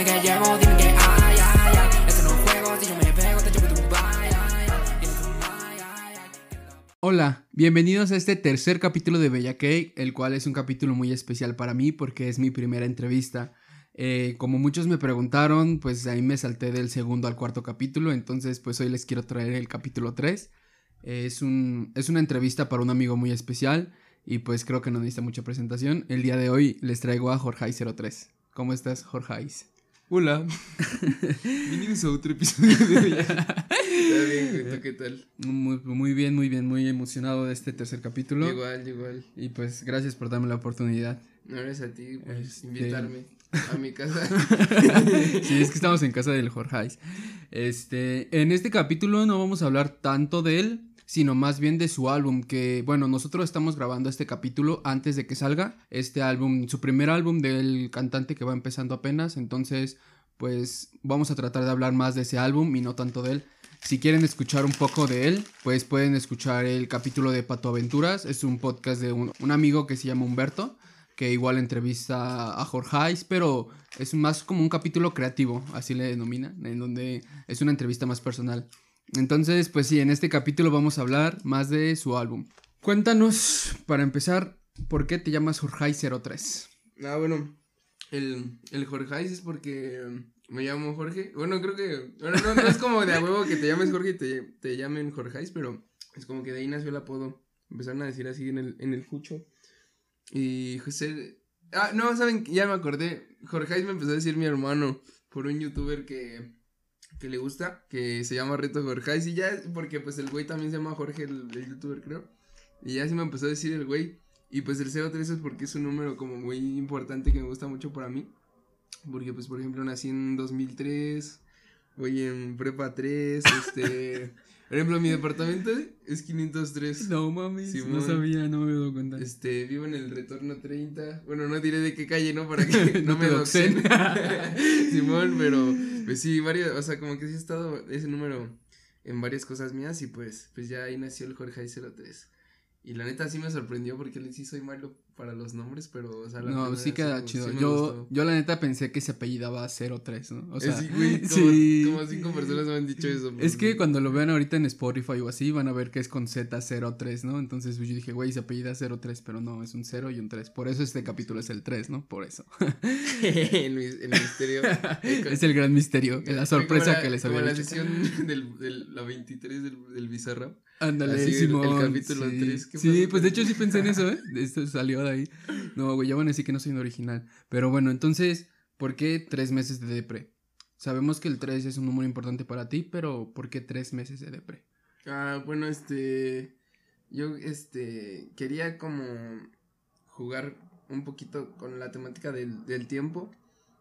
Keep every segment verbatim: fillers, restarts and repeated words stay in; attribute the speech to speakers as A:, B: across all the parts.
A: que llevo, dime que ay, ay, ay. Eso no es juego, si yo me pego, te chupo tu ay, ay, ay. Ay, ay, ay.
B: Hola, bienvenidos a este tercer capítulo de Bella Cake, el cual es un capítulo muy especial para mí porque es mi primera entrevista. Eh, como muchos me preguntaron, pues ahí me salté del segundo al cuarto capítulo, entonces pues hoy les quiero traer el capítulo tres. Eh, es, un, es una entrevista para un amigo muy especial y pues creo que no necesita mucha presentación. El día de hoy les traigo a Jorge cero tres. ¿Cómo estás, Jorge?
C: Hola, bienvenidos a otro episodio de Bella Cake. Está bien, ¿tú qué tal?
B: Muy, muy bien, muy bien, muy emocionado de este tercer capítulo.
C: Igual, igual.
B: Y pues gracias por darme la oportunidad.
C: No, gracias a ti por
B: Este-
C: invitarme a mi casa.
B: Sí, es que estamos en casa del Jorge. Este, en este capítulo no vamos a hablar tanto de él, sino más bien de su álbum, que bueno, nosotros estamos grabando este capítulo antes de que salga este álbum, su primer álbum del cantante que va empezando apenas, entonces pues vamos a tratar de hablar más de ese álbum y no tanto de él. Si quieren escuchar un poco de él, pues pueden escuchar el capítulo de Pato Aventuras, es un podcast de un, un amigo que se llama Humberto, que igual entrevista a Jorge, pero es más como un capítulo creativo, así le denominan, en donde es una entrevista más personal. Entonces, pues sí, en este capítulo vamos a hablar más de su álbum. Cuéntanos, para empezar, ¿por qué te llamas Jorge cero tres?
C: Ah, bueno, el, el Jorge es porque me llamo Jorge. Bueno, creo que, bueno, no, no es como de a huevo que te llames Jorge y te, te llamen Jorge, pero es como que de ahí nació el apodo. Empezaron a decir así en el, en el cucho. Y José, ah, no, saben, ya me acordé, Jorge me empezó a decir mi hermano por un youtuber que, que le gusta, que se llama Reto Jorge, y ya, porque pues el güey también se llama Jorge, el, el youtuber creo, y ya sí me empezó a decir el güey, y pues el cero tres es porque es un número como muy importante que me gusta mucho para mí, porque pues por ejemplo nací en dos mil tres, voy en prepa tres, este... Por ejemplo, mi departamento es quinientos tres.
B: No mames,
C: Simón.
B: no sabía, no me había dado cuenta.
C: Este, vivo en el Retorno treinta. Bueno, no diré de qué calle, ¿no? Para que no,
B: No
C: me
B: te
C: doxen.
B: doxen.
C: Simón, pero pues sí, varias, o sea, como que sí he estado ese número en varias cosas mías y pues, pues ya ahí nació el Jorge cero tres. Y la neta sí me sorprendió porque sí soy malo para los nombres, pero, o sea, la
B: No,
C: primera
B: sí queda
C: sí,
B: chido.
C: sí me
B: yo,
C: gustó.
B: yo la neta pensé que se apellidaba cero tres, ¿no? O sea,
C: Eh, sí, güey, como,
B: sí.
C: como cinco personas me han dicho eso.
B: Es que cuando lo vean ahorita en Spotify o así, van a ver que es con Z cero tres, ¿no? Entonces pues, yo dije, güey, se apellida cero tres, pero no, es un cero y un tres. Por eso este capítulo es el tres, ¿no? Por eso.
C: el, el misterio.
B: Es el gran misterio, la sorpresa
C: la,
B: que les
C: como
B: había
C: la
B: dicho.
C: sesión del, del, la veintitrés del, del Bizarrap.
B: Ándale,
C: Así, el-
B: Simón,
C: el capítulo
B: sí.
C: tres, ¿qué
B: Sí,
C: pasó?
B: pues de hecho sí pensé en eso, ¿eh? Esto salió de ahí. No, güey, ya van a decir que no soy un original. Pero bueno, entonces, ¿por qué tres meses de depre? Sabemos que el tres es un número importante para ti, pero ¿por qué tres meses de depre?
C: Ah, bueno, este, yo, este, quería como jugar un poquito con la temática del, del tiempo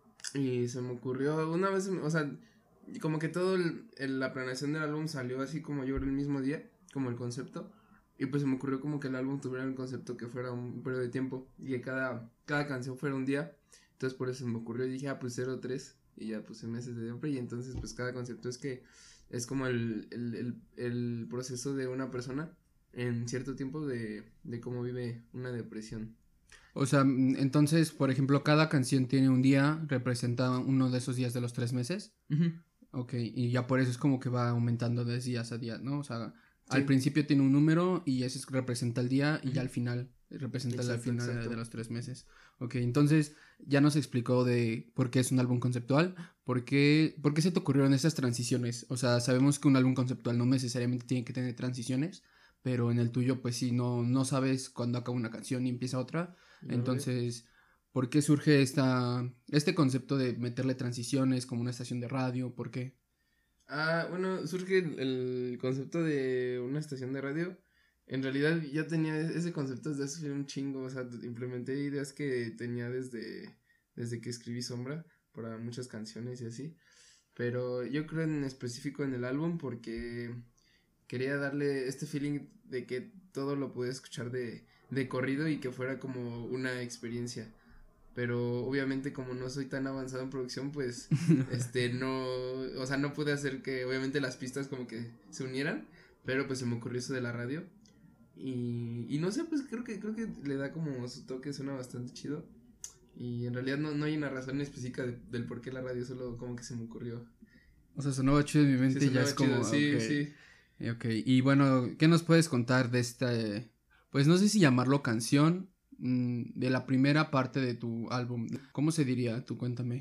C: y se me ocurrió una vez, o sea, como que todo el, el- la planeación del álbum salió así como yo el mismo día, como el concepto, y pues se me ocurrió como que el álbum tuviera un concepto que fuera un periodo de tiempo y que cada, cada canción fuera un día, entonces por eso se me ocurrió y dije, ah, pues cero tres y ya puse meses de depre y entonces pues cada concepto es que es como el, el, el, el proceso de una persona en cierto tiempo de, de cómo vive una depresión.
B: O sea, mm, entonces, por ejemplo, cada canción tiene un día, representa uno de esos días de los tres meses. Ok, y ya por eso es como que va aumentando de días a día, ¿no? O sea, al
C: Sí.
B: principio tiene un número y ese es- representa el día y ya
C: Ujú.
B: al final representa el
C: Exacto,
B: final de-
C: exacto.
B: de los tres meses. Ok, entonces ya nos explicó de por qué es un álbum conceptual, por qué, por qué se te ocurrieron esas transiciones. O sea, sabemos que un álbum conceptual no necesariamente tiene que tener transiciones, pero en el tuyo pues sí, no, no sabes cuándo acaba una canción y empieza otra.
C: No,
B: Entonces, ¿por qué surge esta, este concepto de meterle transiciones como una estación de radio? ¿Por qué?
C: Ah, bueno, surge el, el concepto de una estación de radio. En realidad ya tenía e- ese concepto desde hace un chingo, o sea, implementé ideas que tenía desde, desde que escribí Sombra para muchas canciones y así. Pero yo creo en específico en el álbum porque quería darle este feeling de que todo lo pude escuchar de, de corrido y que fuera como una experiencia. Pero obviamente como no soy tan avanzado en producción, pues este no, o sea, no pude hacer que obviamente las pistas como que se unieran, pero pues se me ocurrió eso de la radio y, y no sé, pues creo que creo que le da como su toque, suena bastante chido Y en realidad no, no hay una razón específica de, del por qué la radio, solo como que se me ocurrió.
B: O sea, sonaba chido en mi mente
C: Sí,
B: y ya
C: sonaba
B: es como,
C: chido, sí,
B: okay.
C: sí.
B: Ok, y bueno, ¿qué nos puedes contar de este, pues no sé si llamarlo canción, mmm, de la primera parte de tu álbum? ¿Cómo se diría? Tú cuéntame.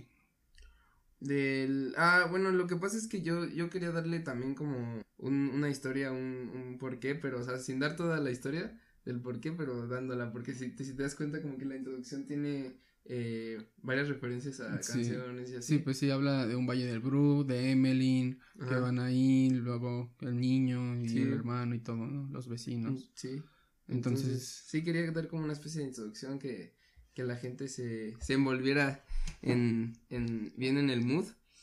C: Del, ah, bueno, lo que pasa es que yo, yo quería darle también como un, una historia, un, un porqué, pero, o sea, sin dar toda la historia del porqué, pero dándola, porque si te, si te das cuenta como que la introducción tiene eh, varias referencias a
B: Sí,
C: canciones y
B: sí,
C: así.
B: pues sí, habla de un Valle del Bru, de Emmeline, que
C: Ajá,
B: van ahí, luego el niño y el
C: sí,
B: hermano y todo, ¿no? Los
C: mm,
B: vecinos.
C: sí. Entonces,
B: Entonces,
C: sí quería dar como una especie de introducción que, que la gente se, se envolviera en, en, bien en el mood.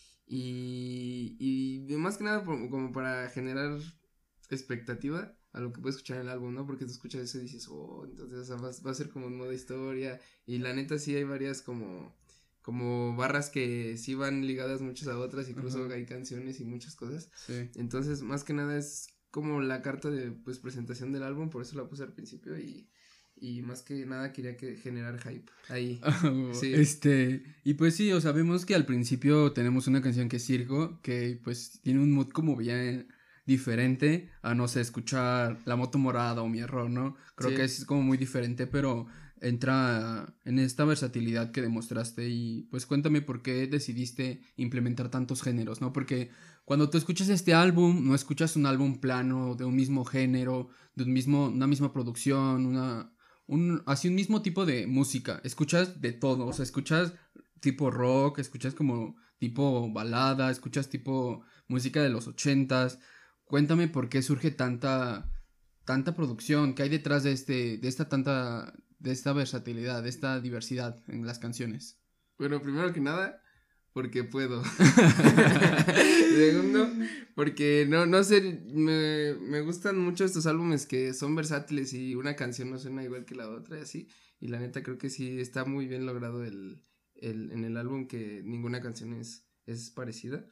C: Y, y más que nada por- como para generar expectativa a lo que puedes escuchar en el álbum, ¿no? Porque tú escuchas eso y dices, oh, entonces, o sea, va, va a ser como un modo historia. Y la neta sí hay varias como, como barras que sí van ligadas muchas a otras, incluso
B: ajá,
C: hay canciones y muchas cosas.
B: sí.
C: Entonces, más que nada es como la carta de, pues, presentación del álbum, por eso la puse al principio y, y más que nada quería que generar hype ahí. Sí,
B: Este, y pues sí, o sea, vemos que al principio tenemos una canción que es Circo, que pues tiene un mood como bien diferente a, no sé, escuchar La Moto Morada o Mi Error, ¿no? Creo que
C: sí,
B: es como muy diferente, pero entra en esta versatilidad que demostraste y pues cuéntame por qué decidiste implementar tantos géneros, ¿no? Porque cuando tú escuchas este álbum, no escuchas un álbum plano de un mismo género, de un mismo, una misma producción, una un, así un mismo tipo de música, escuchas de todo, o sea, escuchas tipo rock, escuchas como tipo balada, escuchas tipo música de los ochentas. Cuéntame por qué surge tanta tanta producción, qué hay detrás de este de esta tanta de esta versatilidad, de esta diversidad en las canciones.
C: bueno, primero que nada, porque puedo. Segundo, porque no, no sé, me, me gustan mucho estos álbumes que son versátiles y una canción no suena igual que la otra y así. Y la neta creo que sí está muy bien logrado el, el, en el álbum que ninguna canción es, es parecida.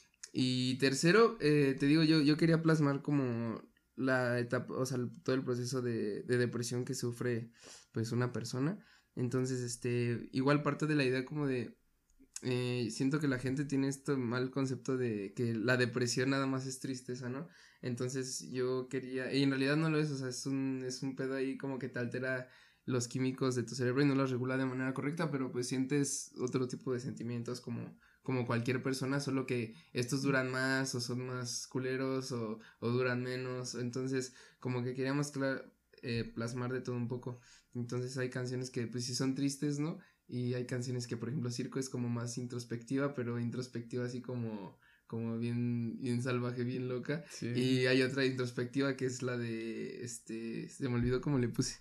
C: Y tercero, eh, te digo, yo, yo quería plasmar como la etapa, o sea, el- todo el proceso de, de depresión que sufre pues una persona. Entonces, este, igual parte de la idea como de eh, siento que la gente tiene este mal concepto de que la depresión nada más es tristeza, ¿no? Entonces yo quería, y en realidad no lo es, o sea, es un, es un pedo ahí como que te altera los químicos de tu cerebro y no los regula de manera correcta, pero pues sientes otro tipo de sentimientos como, como cualquier persona, solo que estos duran más o son más culeros o, o duran menos, entonces como que quería mezclar, eh, plasmar de todo un poco, entonces hay canciones que pues sí son tristes, ¿no? Y hay canciones que, por ejemplo, Circo es como más introspectiva, pero introspectiva así como, como bien, bien salvaje, bien loca.
B: Sí.
C: Y hay otra introspectiva que es la de, este, se me olvidó cómo le puse.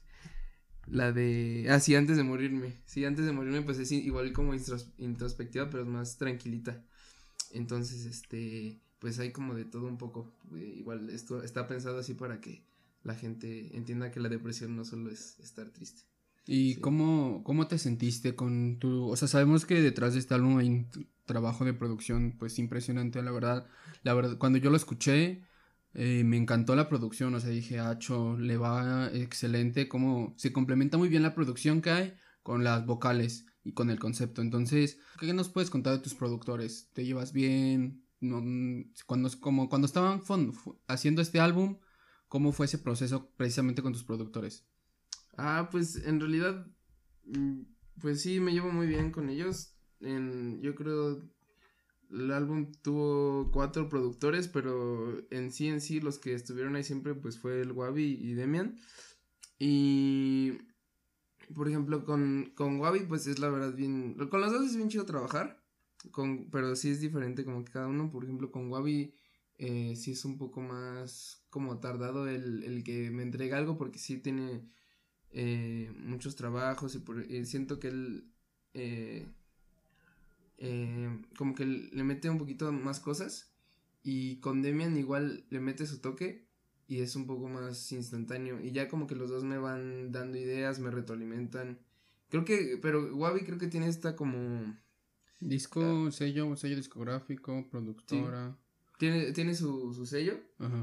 C: La de, ah, sí, antes de morirme. Sí, antes de morirme, pues es igual como intros, introspectiva, pero es más tranquilita. Entonces, este, pues hay como de todo un poco. Eh, igual esto está pensado así para que la gente entienda que la depresión no solo es estar triste.
B: ¿Y
C: Sí.
B: cómo, cómo te sentiste con tu... O sea, sabemos que detrás de este álbum hay un t- trabajo de producción pues impresionante, la verdad. La verdad, cuando yo lo escuché, eh, me encantó la producción, o sea, dije, Acho, le va excelente, cómo se complementa muy bien la producción que hay con las vocales y con el concepto. Entonces, ¿qué nos puedes contar de tus productores? ¿Te llevas bien? No, mm, cuando, como, cuando estaban fon- fu- haciendo este álbum, ¿cómo fue ese proceso precisamente con tus productores?
C: Ah, pues en realidad, mm, pues sí, me llevo muy bien con ellos. En, yo creo el álbum tuvo cuatro productores, pero en sí en sí los que estuvieron ahí siempre pues fue el Wabi y Demian. Y por ejemplo con, con Wabi pues es la verdad bien, con los dos es bien chido trabajar, con, pero sí es diferente como que cada uno, por ejemplo con Wabi eh, sí es un poco más como tardado el, el que me entrega algo porque sí tiene eh, muchos trabajos y por, eh, siento que él eh, eh, como que le mete un poquito más cosas y con Demian igual le mete su toque y es un poco más instantáneo y ya como que los dos me van dando ideas, me retroalimentan. Creo que, pero Wabi creo que tiene esta como... Uh,
B: Disco, sello, sello discográfico,
C: sí,
B: productora.
C: tiene, tiene su, su sello.
B: Ajá.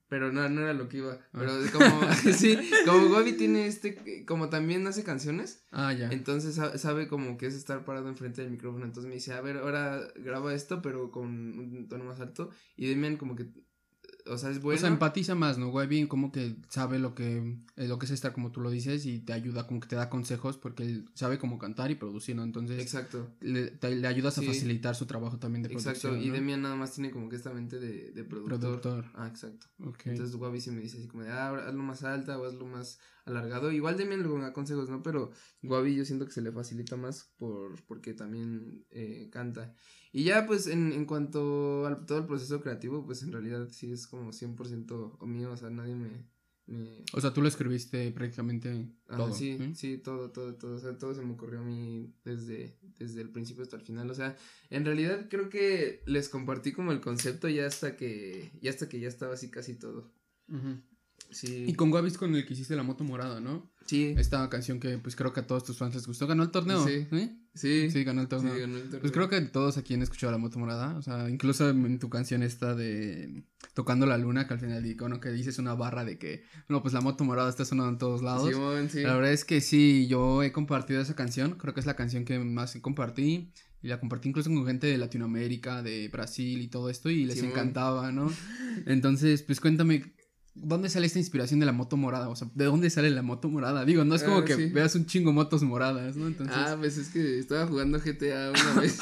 C: pero no, no era lo que iba, pero como, sí, como Wabi tiene este, como también hace canciones,
B: Ah, ya.
C: entonces sabe, sabe como que es estar parado enfrente del micrófono, entonces me dice, a ver, ahora graba esto, pero con un tono más alto, y Demian como que, o sea, es bueno.
B: O sea, empatiza más, ¿no? Güey, bien como que sabe lo que, eh, lo que es estar, como tú lo dices, y te ayuda, como que te da consejos, porque él sabe cómo cantar y producir, ¿no? Entonces,
C: Exacto.
B: le, te- le ayudas
C: Sí.
B: a facilitar su trabajo también de
C: Exacto,
B: producción,
C: y
B: ¿no?
C: Demian nada más tiene como que esta mente de, de productor.
B: Productor.
C: Ah, exacto.
B: Ok.
C: Entonces Wabi sí me dice así como de, ah, ahora hazlo más alta o hazlo más alargado. Igual Demian luego me da consejos, ¿no? Pero Wabi yo siento que se le facilita más por porque también eh, canta. Y ya pues en, en cuanto al todo el proceso creativo, pues en realidad sí es como cien por ciento mío, o sea, nadie me... me...
B: O sea, tú lo escribiste prácticamente
C: Ah,
B: todo.
C: sí,
B: ¿sí?
C: sí, todo, todo, todo, o sea, todo se me ocurrió a mí desde, desde el principio hasta el final, o sea, en realidad creo que les compartí como el concepto ya hasta que, ya hasta que ya estaba así casi todo,
B: Ujú.
C: sí.
B: Y con Guavis con el que hiciste la moto morada, ¿no?
C: Sí.
B: Esta canción que pues creo que a todos tus fans les gustó. ¿Ganó el torneo?
C: Sí.
B: ¿Sí?
C: Sí.
B: Sí, ganó el torneo.
C: Sí, ganó el torneo.
B: Pues creo que todos aquí han escuchado la moto morada. O sea, incluso en tu canción esta de Tocando la Luna, que al final icono que dices una barra de que, no, pues la moto morada está sonando en todos lados.
C: Simón, sí.
B: La verdad es que sí, yo he compartido esa canción. Creo que es la canción que más compartí. Y la compartí incluso con gente de Latinoamérica, de Brasil y todo esto. Y les
C: Simón.
B: encantaba, ¿no? Entonces, pues cuéntame, ¿dónde sale esta inspiración de la moto morada? O sea, ¿de dónde sale la moto morada? Digo, no es como
C: Ah,
B: que
C: sí.
B: veas un chingo motos moradas, ¿no? Entonces,
C: Ah, pues es que estaba jugando G T A una vez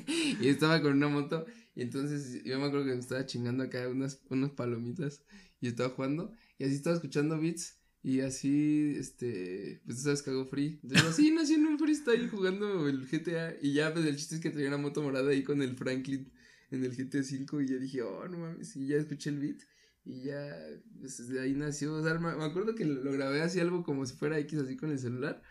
C: y estaba con una moto y entonces yo me acuerdo que me estaba chingando acá unas, unas palomitas y estaba jugando y así estaba escuchando beats y así, este, pues tú sabes que hago free, entonces así nací en un freestyle jugando el G T A y ya pues el chiste es que traía una moto morada ahí con el Franklin en el G T A cinco y ya dije, oh, no mames, y ya escuché el beat. Y ya, pues de ahí nació, o sea, me, me acuerdo que lo, lo grabé así algo como si fuera X así con el celular.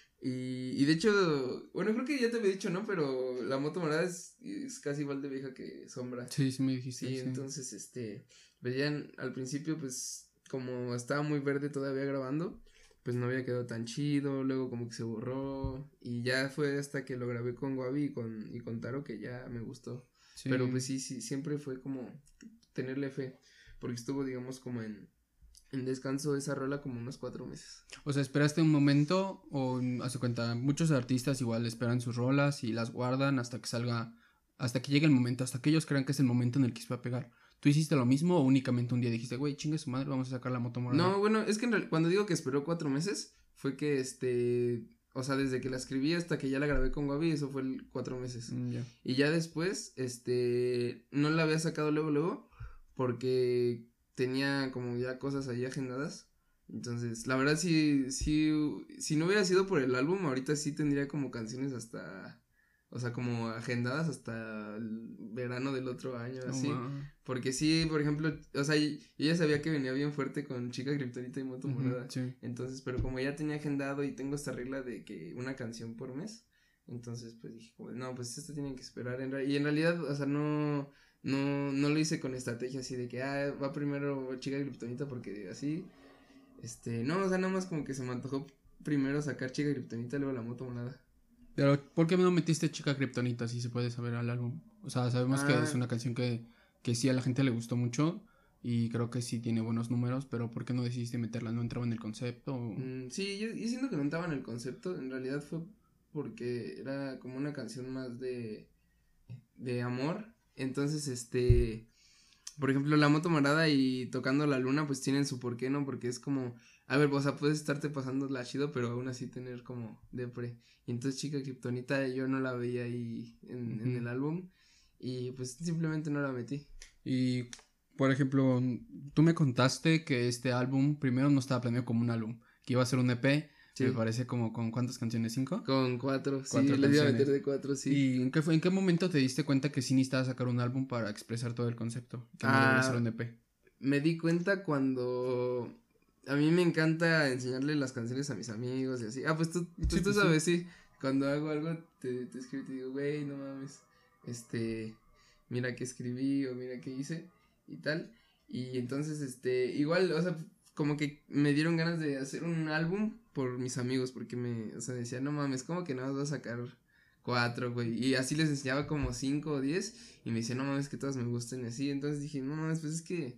C: Y, y de hecho, bueno, creo que ya te había dicho, ¿no? Pero la moto morada es, es casi igual de vieja que Sombra.
B: sí, sí me dijiste.
C: Sí,
B: Sí,
C: entonces, este, veían al principio, pues, como estaba muy verde todavía grabando, pues no había quedado tan chido, luego como que se borró, y ya fue hasta que lo grabé con Wabi y con, y con Taro que ya me gustó.
B: sí.
C: Pero pues sí, sí, siempre fue como tenerle fe, porque estuvo, digamos, como en, en descanso esa rola como unos cuatro meses.
B: O sea, ¿esperaste un momento o hace cuenta? Muchos artistas igual esperan sus rolas y las guardan hasta que salga, hasta que llegue el momento, hasta que ellos crean que es el momento en el que se va a pegar. ¿Tú hiciste lo mismo o únicamente un día dijiste, güey, chingue su madre, vamos a sacar la moto morada?
C: No, bueno, es que en real- cuando digo que esperó cuatro meses, fue que este, o sea, desde que la escribí hasta que ya la grabé con Wabi, eso fue el cuatro meses.
B: Mm, ya.
C: Y ya después, este, no la había sacado luego, luego, porque tenía como ya cosas ahí agendadas. Entonces, la verdad sí, sí, si no hubiera sido por el álbum, ahorita sí tendría como canciones hasta, o sea, como agendadas hasta el verano del otro año,
B: No,
C: así.
B: ma.
C: Porque sí, por ejemplo, o sea, y- yo ya sabía que venía bien fuerte con Chica Kryptonita y Moto
B: Ujú,
C: Morada.
B: sí.
C: Entonces, pero como ya tenía agendado y tengo esta regla de que una canción por mes, entonces pues dije, como, no, pues esto tienen que esperar. En y en realidad, o sea, no, no, no lo hice con estrategia así de que, ah, va primero Chica Kryptonita porque así, este, no, o sea, nada más como que se me antojó primero sacar Chica Kryptonita y luego la Moto Morada.
B: Pero, ¿por qué no metiste Chica Kryptonita si se puede saber al álbum? O sea, sabemos que
C: Ah.
B: es una canción que, que sí a la gente le gustó mucho y creo que sí tiene buenos números, pero ¿por qué no decidiste meterla? ¿No entraba en el concepto? O...
C: Mm, sí, yo, yo siento que no entraba en el concepto, en realidad fue porque era como una canción más de, de amor, entonces, este, por ejemplo, La Moto Morada y Tocando la Luna, pues tienen su porqué, ¿no? Porque es como, a ver, o sea, puedes estarte pasando la chido, pero aún así tener como depre, y entonces Chica Kryptonita yo no la veía ahí en,
B: Ujú.
C: en el álbum, y pues simplemente no la metí.
B: Y, por ejemplo, tú me contaste que este álbum primero no estaba planeado como un álbum, que iba a ser un E P,
C: Sí.
B: me parece como con ¿cuántas canciones? ¿Cinco?
C: Con cuatro,
B: Cuatro
C: sí, les iba a
B: canciones.
C: meter de cuatro, sí.
B: ¿Y en qué, fue, en qué momento te diste cuenta que sí necesitabas sacar un álbum para expresar todo el concepto? Que no debía
C: Ah,
B: ser un E P.
C: Me di cuenta cuando a mí me encanta enseñarle las canciones a mis amigos y así. Ah, pues tú, tú,
B: Sí,
C: tú
B: pues
C: sabes, sí. Cuando hago algo te, te escribo y te digo, güey, no mames, este, mira qué escribí o mira qué hice y tal. Y entonces, este, igual, o sea, como que me dieron ganas de hacer un álbum por mis amigos porque me, o sea, decía, no mames, ¿cómo que nada más vas a sacar cuatro, güey? Y así les enseñaba como cinco o diez y me decía, no mames, que todas me gusten y así. Entonces dije, no mames, pues es que...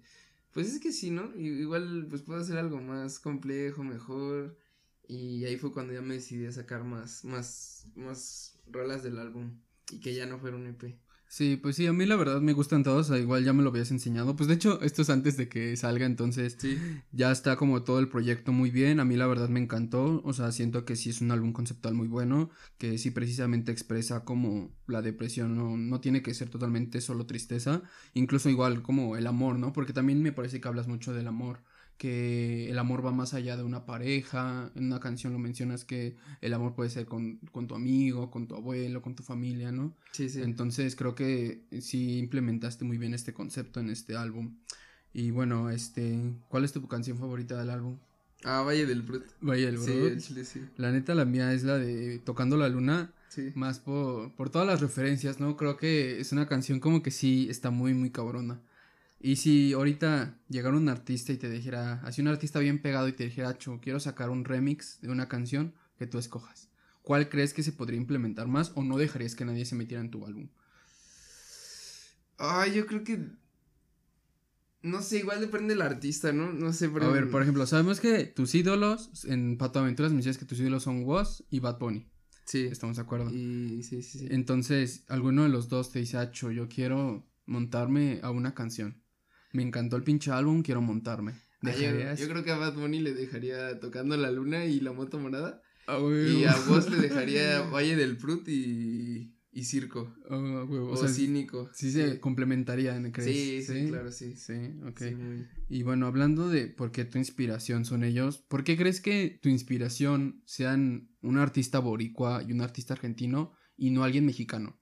C: pues es que sí, ¿no? I- Igual, pues puedo hacer algo más complejo, mejor. Y ahí fue cuando ya me decidí a sacar más, más, más rolas del álbum. Y que ya no fuera un E P.
B: Sí, pues sí, a mí la verdad me gustan todos, o sea, igual ya me lo habías enseñado, pues de hecho esto es antes de que salga, entonces
C: Sí.
B: ya está como todo el proyecto muy bien, a mí la verdad me encantó, o sea, siento que sí es un álbum conceptual muy bueno, que sí precisamente expresa como la depresión, no, no tiene que ser totalmente solo tristeza, incluso igual como el amor, ¿no? Porque también me parece que hablas mucho del amor, que el amor va más allá de una pareja, en una canción lo mencionas que el amor puede ser con, con tu amigo, con tu abuelo, con tu familia, ¿no?
C: Sí, sí.
B: Entonces creo que sí implementaste muy bien este concepto en este álbum. Y bueno, este, ¿cuál es tu canción favorita del álbum?
C: Ah, Valle del Brut.
B: Vaya el
C: Sí,
B: Brut.
C: el chile sí.
B: La neta, la mía es la de Tocando la Luna,
C: Sí.
B: más por, por todas las referencias, ¿no? Creo que es una canción como que sí está muy, muy cabrona. Y si ahorita llegara un artista y te dijera, así un artista bien pegado y te dijera, Cho, quiero sacar un remix de una canción que tú escojas, ¿cuál crees que se podría implementar más o no dejarías que nadie se metiera en tu álbum?
C: Ah, yo creo que. No sé, igual depende del artista, ¿no? No sé, pero.
B: A ver, por ejemplo, sabemos que tus ídolos, en Pato Aventuras me decías que tus ídolos son Woz y Bad Bunny.
C: Sí.
B: Estamos de acuerdo.
C: Y sí, sí, sí.
B: Entonces, alguno de los dos te dice, Acho, yo quiero montarme a una canción. Me encantó el pinche álbum, quiero montarme.
C: Ah, yo,
B: ¿Dejarías?
C: yo creo que a Bad Bunny le dejaría Tocando la Luna y La Moto Morada.
B: Ah, huevo.
C: Y a vos le dejaría Valle del Brut y. Y Circo.
B: Ah, huevo,
C: O,
B: o sea,
C: Cínico.
B: sí se complementarían, ¿crees?
C: Sí, sí, claro, sí.
B: Sí, ok.
C: Sí, muy.
B: Y bueno, hablando de por qué tu inspiración son ellos, ¿por qué crees que tu inspiración sean un artista boricua y un artista argentino y no alguien mexicano?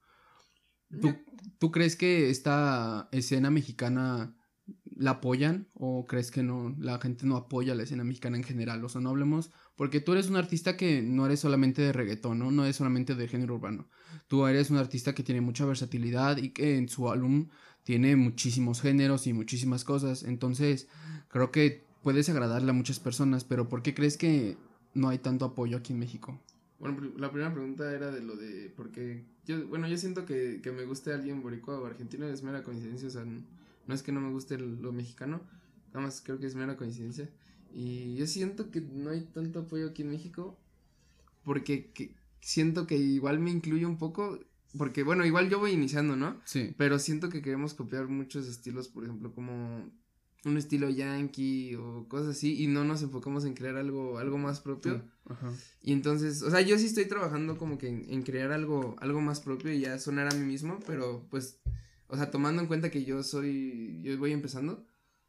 B: ¿Tú, ¿Tú crees que esta escena mexicana la apoyan o crees que no, la gente no apoya la escena mexicana en general? O sea, no hablemos, porque tú eres un artista que no eres solamente de reggaetón, ¿no? No eres solamente de género urbano. Tú eres un artista que tiene mucha versatilidad y que en su álbum tiene muchísimos géneros y muchísimas cosas. Entonces, creo que puedes agradarle a muchas personas, pero ¿por qué crees que no hay tanto apoyo aquí en México?
C: Bueno, la primera pregunta era de lo de. Porque. Yo, bueno, yo siento que, que me guste alguien boricua o argentino es mera coincidencia. O sea, no, no es que no me guste el, lo mexicano. Nada más creo que es mera coincidencia. Y yo siento que no hay tanto apoyo aquí en México. Porque que, siento que igual me incluye un poco. Porque, bueno, igual yo voy iniciando, ¿no?
B: Sí.
C: Pero siento que queremos copiar muchos estilos, por ejemplo, como un estilo yankee o cosas así, y no nos enfocamos en crear algo, algo más propio.
B: Ajá.
C: Y entonces, o sea, yo sí estoy trabajando como que en, en crear algo, algo más propio y ya sonar a mí mismo, pero pues, o sea, tomando en cuenta que yo soy, yo voy empezando,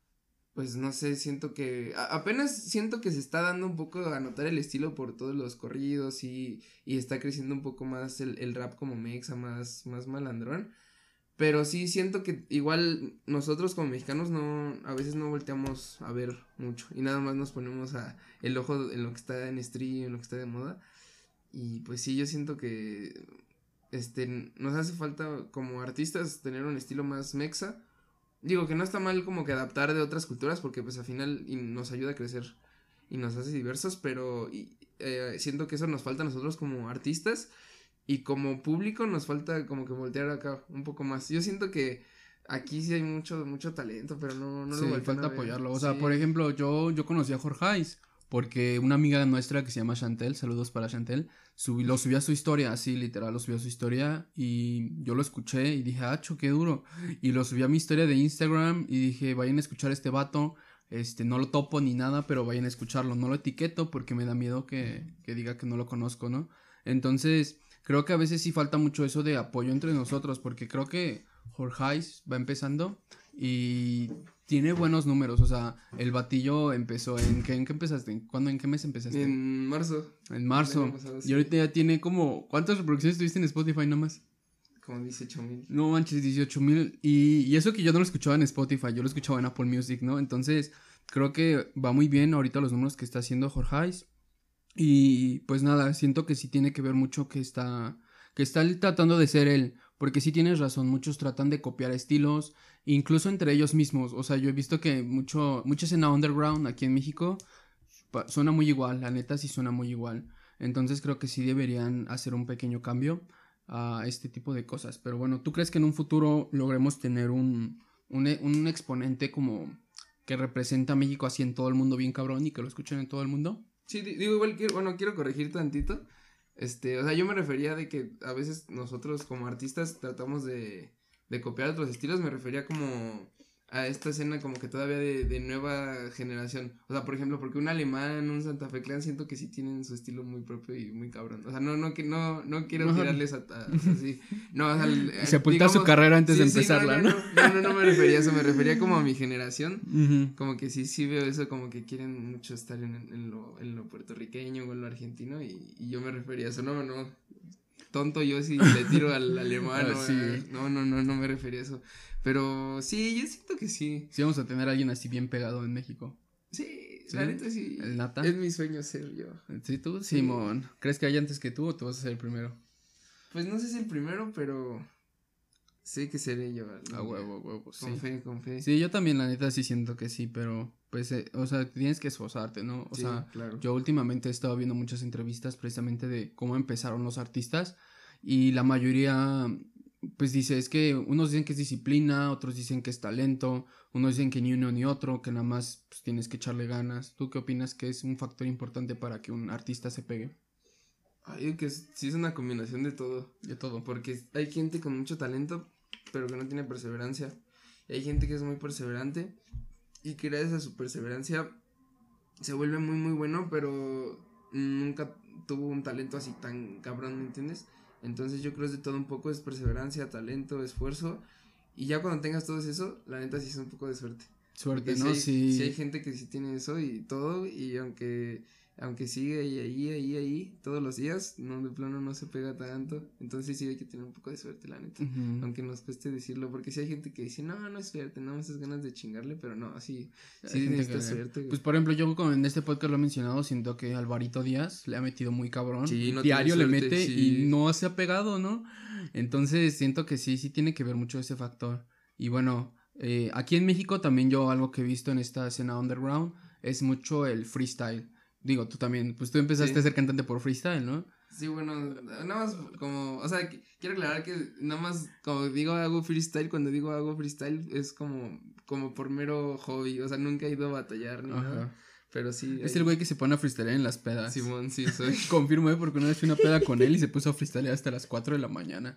C: pues no sé, siento que, a, apenas siento que se está dando un poco a notar el estilo por todos los corridos y, y está creciendo un poco más el, el rap como mexa, más, más malandrón. Pero sí siento que igual nosotros como mexicanos no, a veces no volteamos a ver mucho y nada más nos ponemos a el ojo en lo que está en stream, en lo que está de moda. Y pues sí, yo siento que este nos hace falta como artistas tener un estilo más mexa. Digo que no está mal como que adaptar de otras culturas porque pues al final y nos ayuda a crecer y nos hace diversos, pero y, eh, siento que eso nos falta a nosotros como artistas. Y como público nos falta como que voltear acá un poco más. Yo siento que aquí sí hay mucho, mucho talento, pero no, no
B: Sí,
C: lo voltean
B: falta
C: a ver.
B: apoyarlo. O sea,
C: Sí.
B: por ejemplo, yo, yo conocí a Jorgeis porque una amiga nuestra que se llama Chantel, saludos para Chantel, subí, lo subió a su historia, así literal, lo subió a su historia y yo lo escuché y dije, acho, qué duro. Y lo subí a mi historia de Instagram y dije, vayan a escuchar a este vato, este, no lo topo ni nada, pero vayan a escucharlo. No lo etiqueto porque me da miedo que, que diga que no lo conozco, ¿no? Entonces, creo que a veces sí falta mucho eso de apoyo entre nosotros, porque creo que Jorgeis va empezando y tiene buenos números, o sea, el batillo empezó en, ¿qué, en qué empezaste? ¿Cuándo, en qué mes empezaste?
C: En marzo.
B: En marzo,
C: el año pasado,
B: y
C: sí.
B: ahorita ya tiene como, ¿cuántas reproducciones tuviste en Spotify nomás?
C: Como dieciocho mil.
B: No manches, dieciocho mil, y, y eso que yo no lo escuchaba en Spotify, yo lo escuchaba en Apple Music, ¿no? Entonces, creo que va muy bien ahorita los números que está haciendo Jorgeis. Y pues nada, siento que sí tiene que ver mucho que está, que está él tratando de ser él, porque sí tienes razón, muchos tratan de copiar estilos, incluso entre ellos mismos, o sea, yo he visto que mucho, mucha escena underground aquí en México pa- suena muy igual, la neta sí suena muy igual, entonces creo que sí deberían hacer un pequeño cambio a este tipo de cosas, pero bueno, ¿tú crees que en un futuro logremos tener un, un, e- un exponente como que representa a México así en todo el mundo bien cabrón y que lo escuchen en todo el mundo.
C: Sí, digo, igual que, bueno, quiero corregir tantito. Este, o sea, yo me refería de que a veces nosotros como artistas tratamos de, de copiar otros estilos, me refería como a esta escena como que todavía de, de nueva generación. O sea, por ejemplo, porque un alemán, un Santa Fe Clan, siento que sí tienen su estilo muy propio y muy cabrón. O sea, no, no, que no, no quiero
B: No.
C: tirarles a, a así. No, o sea, el-
B: Y sepultar su
C: digamos-
B: carrera antes de
C: sí, sí,
B: empezarla,
C: no,
B: ¿no?
C: no, no, no, no me refería a eso, me refería como a mi generación.
B: Ujú.
C: Como que sí, sí veo eso, como que quieren mucho estar en, en lo, en lo puertorriqueño o en lo argentino y, y yo me refería a eso, no, no, tonto yo si le tiro al alemán,
B: Ah,
C: o
B: sí.
C: a- no, no, no, no me refería a eso, pero sí, yo siento que sí,
B: Sí, vamos a tener a alguien así bien pegado en México.
C: sí,
B: ¿Sí?
C: la neta sí,
B: ¿El Nata?
C: es mi sueño ser yo,
B: ¿Sí tú?
C: Sí.
B: Simón. ¿Crees que hay antes que tú o tú vas a ser el primero?
C: pues no sé si el primero, pero sé que seré yo, algún
B: A
C: día.
B: huevo, a huevo, sí.
C: Con fe, con fe,
B: Sí, yo también la neta sí siento que sí, pero pues, eh, o sea, tienes que esforzarte, ¿no? O
C: sí,
B: sea,
C: claro,
B: yo últimamente he estado viendo muchas entrevistas precisamente de cómo empezaron los artistas y la mayoría, pues dice, es que unos dicen que es disciplina, otros dicen que es talento, unos dicen que ni uno ni otro, que nada más pues, tienes que echarle ganas. ¿Tú qué opinas que es un factor importante para que un artista se pegue?
C: ay, que es- sí es una combinación de todo.
B: De todo.
C: Porque hay gente con mucho talento, pero que no tiene perseverancia. Y hay gente que es muy perseverante y que gracias a su perseverancia se vuelve muy, muy bueno, pero nunca tuvo un talento así tan cabrón, ¿me entiendes? Entonces yo creo que es de todo un poco, es perseverancia, talento, esfuerzo. Y ya cuando tengas todo eso, la neta sí es un poco de suerte.
B: Suerte,
C: Porque
B: ¿no?
C: sí hay,
B: Sí.
C: sí hay gente que sí tiene eso y todo, y aunque aunque sigue ahí, ahí, ahí, ahí, todos los días, no, de plano no se pega tanto, entonces sí hay que tener un poco de suerte, la neta,
B: Ujú.
C: aunque nos cueste decirlo, porque sí hay gente que dice, no, no es suerte, no, esas ganas de chingarle, pero no, sí,
B: Hay
C: sí
B: gente
C: necesitas
B: que-
C: suerte, güey.
B: Pues por ejemplo, yo como en este podcast lo he mencionado, siento que Alvarito Díaz le ha metido muy cabrón.
C: Sí, no
B: Diario
C: tiene
B: le
C: suerte,
B: mete
C: sí.
B: y no se ha pegado, ¿no? Entonces siento que sí, sí tiene que ver mucho ese factor. Y bueno, eh, aquí en México también yo algo que he visto en esta escena underground es mucho el freestyle. Digo, tú también, pues tú empezaste
C: Sí.
B: a ser cantante por freestyle, ¿no?
C: Sí, bueno, nada más como, o sea, qu- quiero aclarar que nada más como digo hago freestyle, cuando digo hago freestyle es como, como por mero hobby, o sea, nunca he ido a batallar ni nada,
B: Ajá.
C: pero sí.
B: Es
C: hay-
B: el güey que se pone a freestylear en las pedas.
C: Simón, sí, soy.
B: Confirmo, ¿eh? Porque una vez fui a una peda con él y se puso a freestylear hasta las cuatro de la mañana.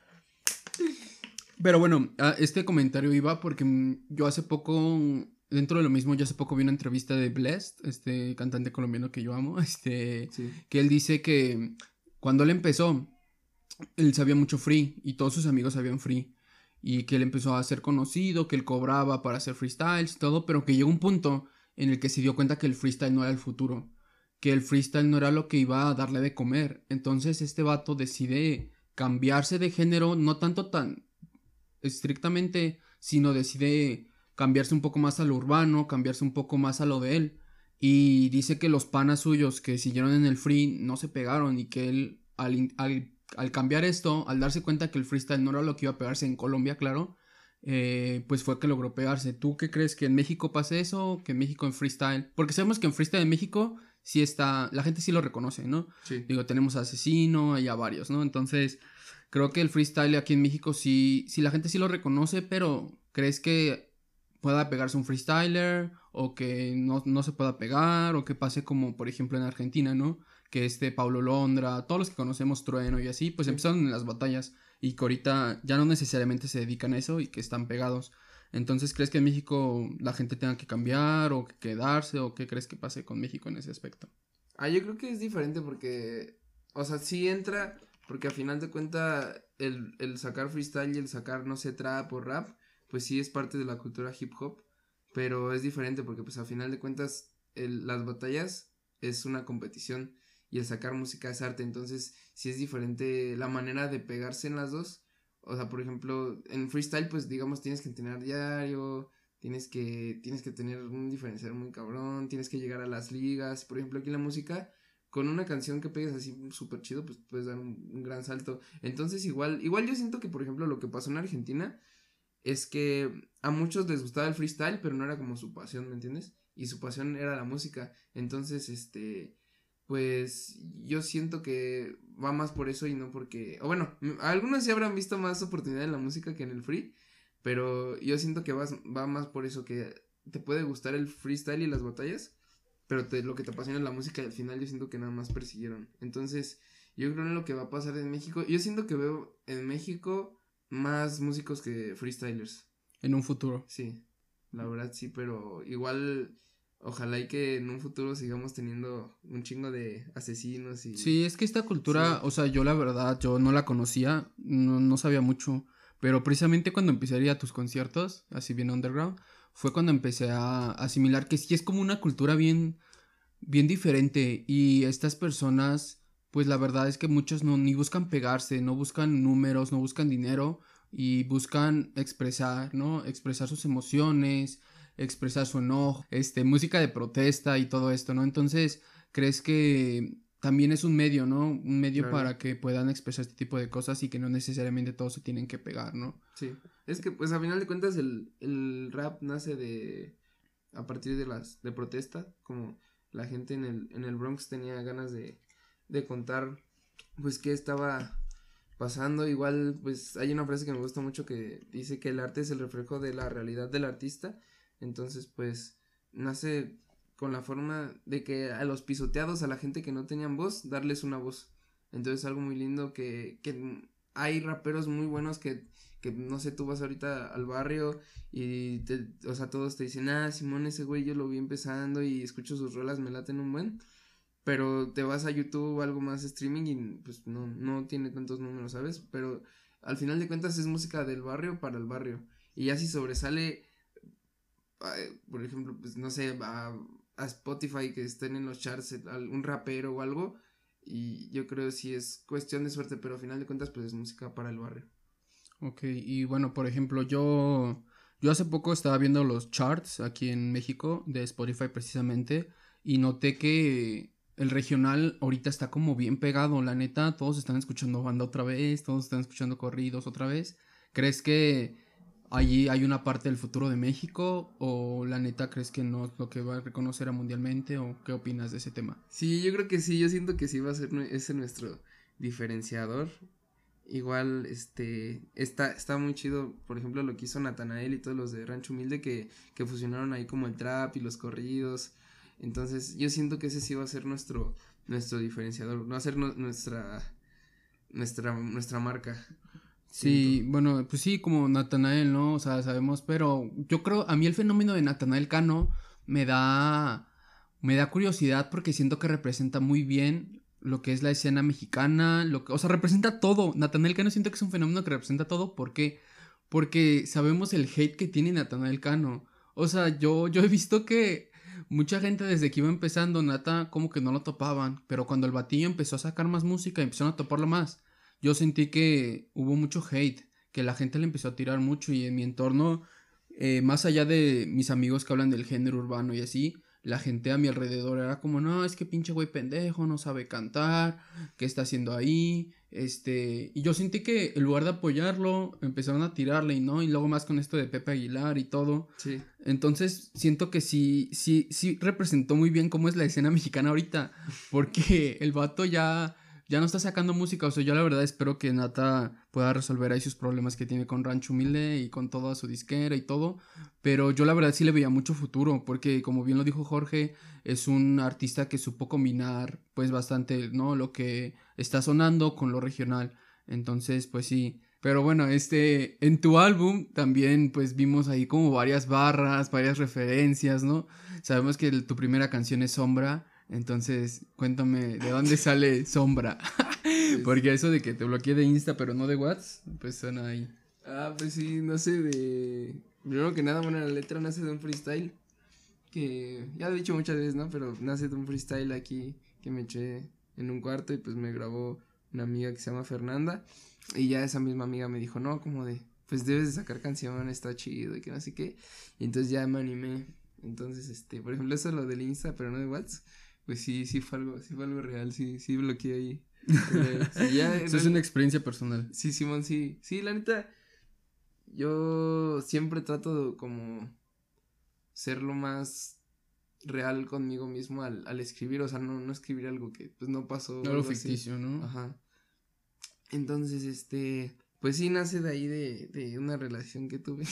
B: Pero bueno, a este comentario iba porque mm, yo hace poco, mm, dentro de lo mismo, yo hace poco vi una entrevista de Blessd, este cantante colombiano que yo amo, este,
C: Sí.
B: que él dice que cuando él empezó, él sabía mucho free y todos sus amigos sabían free. Y que él empezó a ser conocido, que él cobraba para hacer freestyles y todo, pero que llegó un punto en el que se dio cuenta que el freestyle no era el futuro, que el freestyle no era lo que iba a darle de comer. Entonces este vato decide cambiarse de género, no tanto tan estrictamente, sino decide cambiarse un poco más a lo urbano, cambiarse un poco más a lo de él. Y dice que los panas suyos que siguieron en el free no se pegaron y que él al, in- al, al cambiar esto, al darse cuenta que el freestyle no era lo que iba a pegarse en Colombia, claro, eh, pues fue que logró pegarse. ¿Tú qué crees? ¿Que en México pase eso? ¿Que en México en freestyle? Porque sabemos que en freestyle en México sí está, la gente sí lo reconoce, ¿no?
C: Sí.
B: Digo, tenemos a Asesino y a varios, ¿no? Entonces, creo que el freestyle aquí en México sí, sí la gente sí lo reconoce, pero ¿crees que pueda pegarse un freestyler o que no, no se pueda pegar o que pase como por ejemplo en Argentina, ¿no? Que este Paulo Londra, todos los que conocemos Trueno y así, pues
C: Sí.
B: empezaron en las batallas y que ahorita ya no necesariamente se dedican a eso y que están pegados. Entonces, ¿crees que en México la gente tenga que cambiar o que quedarse o qué crees que pase con México en ese aspecto?
C: Ah, yo creo que es diferente porque, o sea, sí entra, porque al final de cuentas el, el sacar freestyle y el sacar, no sé, trap o rap, pues sí es parte de la cultura hip hop, pero es diferente porque pues al final de cuentas el, las batallas es una competición y el sacar música es arte, entonces sí es diferente la manera de pegarse en las dos. O sea, por ejemplo, en freestyle pues digamos tienes que entrenar diario, tienes que tienes que tener un diferencial muy cabrón, tienes que llegar a las ligas, por ejemplo aquí en la música con una canción que pegues así súper chido pues puedes dar un, un gran salto. Entonces igual igual yo siento que por ejemplo lo que pasó en Argentina es que a muchos les gustaba el freestyle, pero no era como su pasión, ¿me entiendes? Y su pasión era la música. Entonces, este, pues yo siento que va más por eso y no porque, o bueno, m- algunos sí habrán visto más oportunidad en la música que en el free, pero yo siento que va, va más por eso que te puede gustar el freestyle y las batallas, pero te, lo que te apasiona es la música y al final yo siento que nada más persiguieron. Entonces, yo creo en lo que va a pasar en México, yo siento que veo en México más músicos que freestylers.
B: En un futuro.
C: Sí, la verdad sí, pero igual ojalá y que en un futuro sigamos teniendo un chingo de asesinos y...
B: Sí, es que esta cultura,
C: Sí.
B: o sea, yo la verdad, yo no la conocía, no, no sabía mucho, pero precisamente cuando empecé a ir a tus conciertos, así bien underground, fue cuando empecé a asimilar que sí es como una cultura bien, bien diferente y estas personas, pues la verdad es que muchos no, ni buscan pegarse, no buscan números, no buscan dinero y buscan expresar, ¿no? Expresar sus emociones, expresar su enojo, este, música de protesta y todo esto, ¿no? Entonces, ¿crees que también es un medio, ¿no? Un medio
C: Claro.
B: para que puedan expresar este tipo de cosas y que no necesariamente todos se tienen que pegar, ¿no?
C: Sí, es que pues a final de cuentas el, el rap nace de, a partir de las, de protesta, como la gente en el, en el Bronx tenía ganas de, de contar, pues qué estaba pasando. Igual pues hay una frase que me gusta mucho que dice que el arte es el reflejo de la realidad del artista, entonces pues nace con la forma de que a los pisoteados, a la gente que no tenían voz, darles una voz. Entonces algo muy lindo que, que hay raperos muy buenos que, que no sé, tú vas ahorita al barrio y te, o sea, todos te dicen, ah, Simón, ese güey yo lo vi empezando y escucho sus rolas, me laten un buen, pero te vas a YouTube o algo más streaming y pues no, no tiene tantos números, ¿sabes? Pero al final de cuentas es música del barrio para el barrio, y ya si sobresale, eh, por ejemplo, pues no sé, a, a Spotify que estén en los charts, un rapero o algo, y yo creo sí es cuestión de suerte, pero al final de cuentas pues es música para el barrio.
B: Ok, y bueno, por ejemplo, yo, yo hace poco estaba viendo los charts aquí en México de Spotify precisamente y noté que el regional ahorita está como bien pegado, la neta, todos están escuchando banda otra vez, todos están escuchando corridos otra vez. ¿Crees que allí hay una parte del futuro de México o la neta crees que no es lo que va a reconocer a mundialmente o qué opinas de ese tema?
C: Sí, yo creo que sí, yo siento que sí va a ser nue- ese nuestro diferenciador. Igual, este, está, está muy chido, por ejemplo, lo que hizo Natanael y todos los de Rancho Humilde que, que fusionaron ahí como el trap y los corridos. Entonces, yo siento que ese sí va a ser nuestro, nuestro diferenciador, va a ser nu- nuestra, nuestra, nuestra marca.
B: Sí,
C: Siento.
B: bueno, pues sí, como Natanael, ¿no? O sea, sabemos, pero yo creo, a mí el fenómeno de Natanael Cano me da, me da curiosidad porque siento que representa muy bien lo que es la escena mexicana, lo que, o sea, representa todo. Natanael Cano siento que es un fenómeno que representa todo, ¿por qué? Porque sabemos el hate que tiene Natanael Cano. O sea, yo, yo he visto que mucha gente desde que iba empezando, Nata, como que no lo topaban, pero cuando el batillo empezó a sacar más música y empezaron a toparlo más, yo sentí que hubo mucho hate, que la gente le empezó a tirar mucho y en mi entorno, eh, más allá de mis amigos que hablan del género urbano y así, la gente a mi alrededor era como, no, es que pinche güey pendejo, no sabe cantar, ¿qué está haciendo ahí? Este, y yo sentí que en lugar de apoyarlo, empezaron a tirarle y no, y luego más con esto de Pepe Aguilar y todo.
C: Sí,
B: Entonces siento que sí, sí, sí representó muy bien cómo es la escena mexicana ahorita, porque el vato ya, ya no está sacando música, o sea, yo la verdad espero que Nata pueda resolver ahí sus problemas que tiene con Rancho Humilde y con toda su disquera y todo, pero yo la verdad sí le veía mucho futuro, porque como bien lo dijo Jorge, es un artista que supo combinar pues bastante, ¿no? Lo que está sonando con lo regional, entonces pues sí. Pero bueno, este, en tu álbum también pues vimos ahí como varias barras, varias referencias, ¿no? Sabemos que el- tu primera canción es Sombra, entonces cuéntame de dónde sale Sombra.
C: es-
B: Porque eso de que te bloqueé de Insta pero no de WhatsApp, pues suena ahí.
C: ah, pues sí, no sé, de, primero que nada, bueno, la letra nace de un freestyle, que ya lo he dicho muchas veces, ¿no? Pero nace de un freestyle aquí que me eché en un cuarto y pues me grabó una amiga que se llama Fernanda, y ya esa misma amiga me dijo, no, como de, pues debes de sacar canción, está chido y que no sé qué, y entonces ya me animé. Entonces, este, por ejemplo, eso es lo del Insta, pero no de WhatsApp, pues sí, sí fue algo, sí fue algo real, sí, sí bloqueé ahí. Eh, sí, ya,
B: Eso es una experiencia personal.
C: sí, Simón, sí, sí, la neta, yo siempre trato de como ser lo más real conmigo mismo al, al escribir, o sea, no, no escribir algo que pues no pasó o
B: Algo
C: algo así.
B: ficticio, ¿no?
C: Ajá. Entonces, este, Pues sí, nace de ahí de, de una relación que tuve.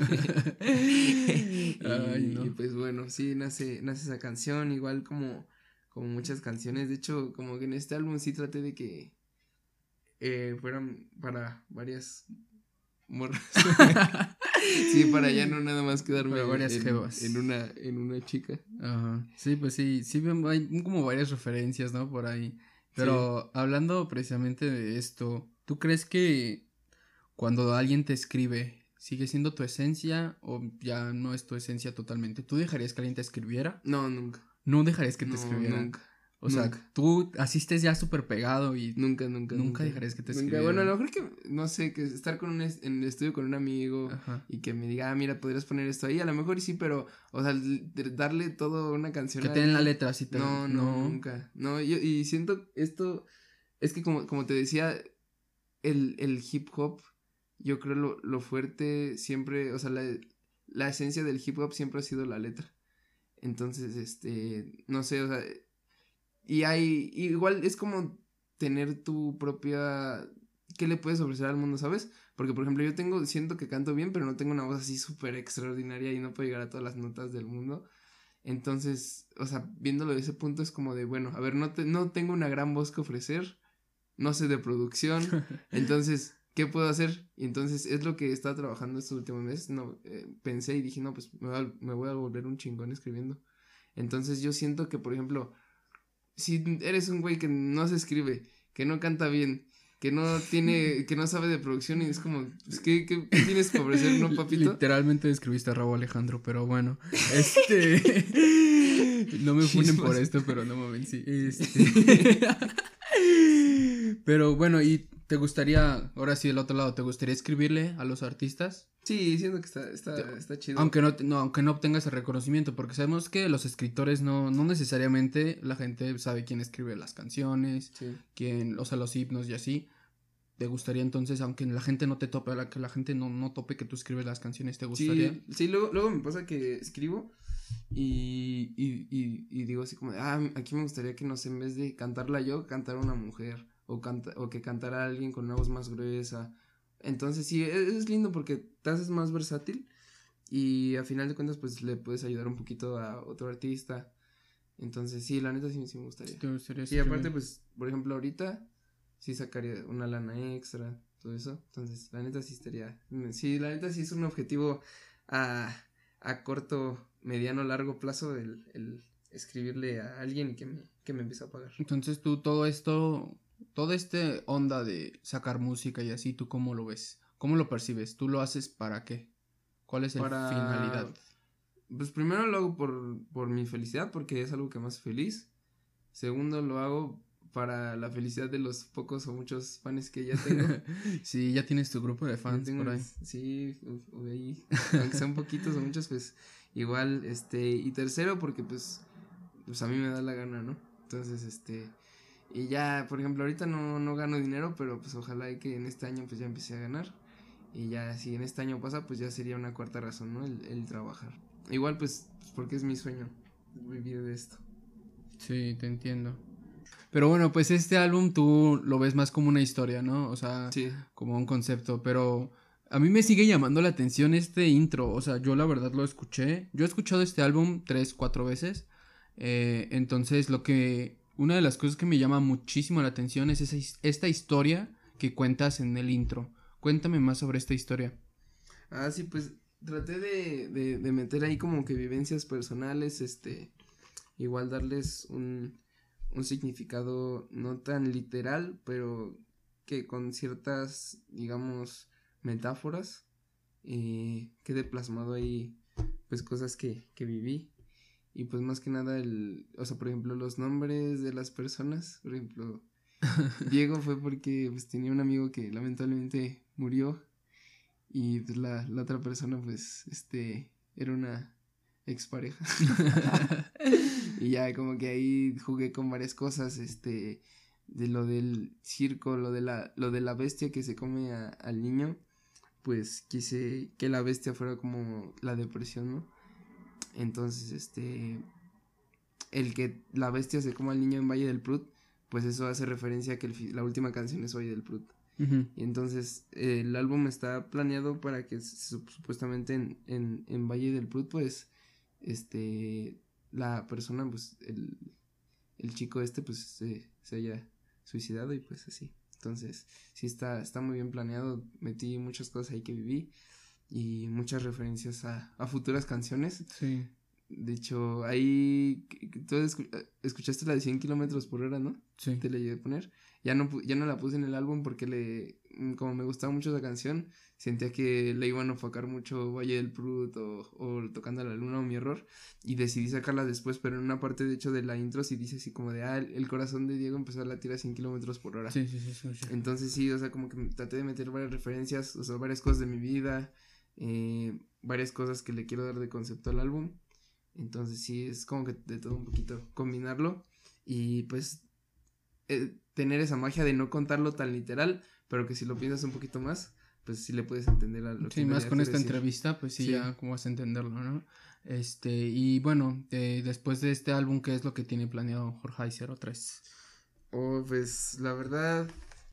C: y,
B: Ay, no.
C: y pues bueno, sí, nace, nace esa canción, igual como, como muchas canciones. De hecho, como que en este álbum sí traté de que eh, fueran para varias morras. Sí, para ya no nada más quedarme
B: Para varias
C: en,
B: jevas.
C: en una, en una chica.
B: Ajá. Sí, pues sí, sí ven- hay como varias referencias, ¿no? Por ahí. Pero hablando precisamente de esto, ¿tú crees que cuando alguien te escribe, sigue siendo tu esencia o ya no es tu esencia totalmente? ¿Tú dejarías que alguien te escribiera?
C: No, nunca.
B: No dejarías que te
C: No,
B: escribiera.
C: nunca.
B: O sea,
C: Nunca.
B: tú asistes ya súper pegado y
C: Nunca, nunca,
B: nunca
C: nunca.
B: dejarías que te
C: Nunca.
B: escribieran.
C: Bueno, a lo mejor que, no sé, que estar con un es- en el estudio con un amigo
B: Ajá.
C: y que me diga, ah, mira, podrías poner esto ahí. A lo mejor sí, pero, o sea, l- de- darle todo una canción.
B: Que
C: a
B: te den la
C: alguien,
B: letra así te...
C: No, no, nunca. No, yo, y siento esto, es que como, como te decía, el, el hip hop, yo creo lo, lo fuerte siempre, o sea, la, la esencia del hip hop siempre ha sido la letra. Entonces, este, no sé, o sea, y hay, igual es como tener tu propia, ¿qué le puedes ofrecer al mundo, sabes? Porque, por ejemplo, yo tengo, siento que canto bien, pero no tengo una voz así súper extraordinaria y no puedo llegar a todas las notas del mundo. Entonces, o sea, viéndolo de ese punto es como de, bueno, a ver, no, te, no tengo una gran voz que ofrecer, no sé de producción, entonces, ¿qué puedo hacer? Y entonces es lo que estaba trabajando estos últimos meses, no, eh, pensé y dije, no, pues me voy, a, me voy a volver un chingón escribiendo. Entonces yo siento que, por ejemplo, si eres un güey que no se escribe, que no canta bien, que no tiene, que no sabe de producción y es como, pues, ¿qué, qué, qué tienes que ofrecer, no, papito?
B: Literalmente describiste a Raúl Alejandro, pero bueno, este, no me funen por esto, pero no me sí, este, pero bueno, y te gustaría, ahora sí del otro lado, ¿te gustaría escribirle a los artistas?
C: Sí, siento que está, está, está chido.
B: Aunque no, no, aunque no obtengas el reconocimiento, porque sabemos que los escritores no, no necesariamente la gente sabe quién escribe las canciones,
C: Sí.
B: quién, o sea, los himnos y así. ¿Te gustaría entonces, aunque la gente no te tope, a la que la gente no, no tope que tú escribes las canciones, te gustaría?
C: Sí, sí, luego, luego me pasa que escribo y, y, y, y digo así como, de, ah, aquí me gustaría que no sé, en vez de cantarla yo, cantara una mujer o, canta, o que cantara alguien con una voz más gruesa. Entonces sí, es, es lindo porque te haces más versátil y a final de cuentas pues le puedes ayudar un poquito a otro artista. Entonces sí, la neta sí, sí me gustaría.
B: ¿Te gustaría
C: Sí,
B: escribir?
C: aparte pues, por ejemplo, ahorita sí sacaría una lana extra, todo eso. Entonces, la neta sí estaría, sí, la neta sí es un objetivo a, a corto, mediano, largo plazo el, el escribirle a alguien y que me, que me empiece a pagar.
B: Entonces tú todo esto, toda este onda de sacar música y así, ¿tú cómo lo ves? ¿Cómo lo percibes? ¿Tú lo haces para qué? ¿Cuál es la
C: Para-
B: finalidad?
C: Pues primero lo hago por, por mi felicidad, porque es algo que me hace feliz. Segundo, lo hago para la felicidad de los pocos o muchos fans que ya tengo.
B: Sí, ya tienes tu grupo de
C: Ya
B: fans
C: tengo
B: por ahí.
C: mis- sí, o, o de ahí, aunque sean poquitos o muchos, pues igual, este, y tercero porque pues, pues a mí me da la gana, ¿no? Entonces, este, y ya, por ejemplo, ahorita no, no gano dinero, pero pues ojalá y que en este año pues ya empiece a ganar, y ya si en este año pasa, pues ya sería una cuarta razón, ¿no? El, el trabajar. Igual pues, pues porque es mi sueño vivir de esto.
B: Sí, te entiendo. Pero bueno, pues este álbum tú lo ves más como una historia, ¿no? O sea,
C: Sí,
B: como un concepto, pero a mí me sigue llamando la atención este intro, o sea, yo la verdad lo escuché, yo he escuchado este álbum tres, cuatro veces, eh, entonces lo que, una de las cosas que me llama muchísimo la atención es esa, his- esta historia que cuentas en el intro. Cuéntame más sobre esta historia.
C: ah, sí, pues traté de, de, de meter ahí como que vivencias personales, este, igual darles un, un significado no tan literal, pero que con ciertas, digamos, metáforas, eh, quede plasmado ahí, pues cosas que, que viví. Y pues más que nada el, o sea, por ejemplo, los nombres de las personas, por ejemplo, Diego fue porque pues tenía un amigo que lamentablemente murió y pues la, la otra persona pues este era una expareja. Y ya como que ahí jugué con varias cosas, este, de lo del circo, lo de la, lo de la bestia que se come a, al niño, pues quise que la bestia fuera como la depresión, ¿no? Entonces, este, el que la bestia se coma al niño en Valle del Prut, pues eso hace referencia a que el fi- la última canción es Valle del Prut.
B: Uh-huh.
C: Y entonces eh, el álbum está planeado para que su- supuestamente en, en, en Valle del Prud, pues, este, la persona, pues, el, el chico este, pues, se, se haya suicidado y pues así. Entonces, sí está, está muy bien planeado, metí muchas cosas ahí que viví y muchas referencias a, a futuras canciones.
B: Sí.
C: De hecho, ahí, tú escu- escuchaste la de cien kilómetros por hora, ¿no?
B: Sí.
C: Te la llegué a poner. Ya no, pu- ya no la puse en el álbum porque le, como me gustaba mucho esa canción, sentía que le iban a enfocar mucho Valle del Prud o, o Tocando a la Luna o Mi Error, y decidí sacarla después, pero en una parte de hecho de la intro sí dice así como de, ah, el, el corazón de Diego empezó a latir a cien kilómetros por hora.
B: Sí, sí, sí, sí, sí.
C: Entonces sí, o sea, como que traté de meter varias referencias, o sea, varias cosas de mi vida, eh, varias cosas que le quiero dar de concepto al álbum. Entonces sí, es como que de todo un poquito combinarlo y pues eh, tener esa magia de no contarlo tan literal, pero que si lo piensas un poquito más, pues sí le puedes entender a lo que
B: Sí, más con esta
C: decir.
B: entrevista, pues sí,
C: Sí.
B: ya como vas a entenderlo, ¿no? Este, y bueno, eh, después de este álbum, ¿qué es lo que tiene planeado Jorge cero tres?
C: Oh, pues la verdad,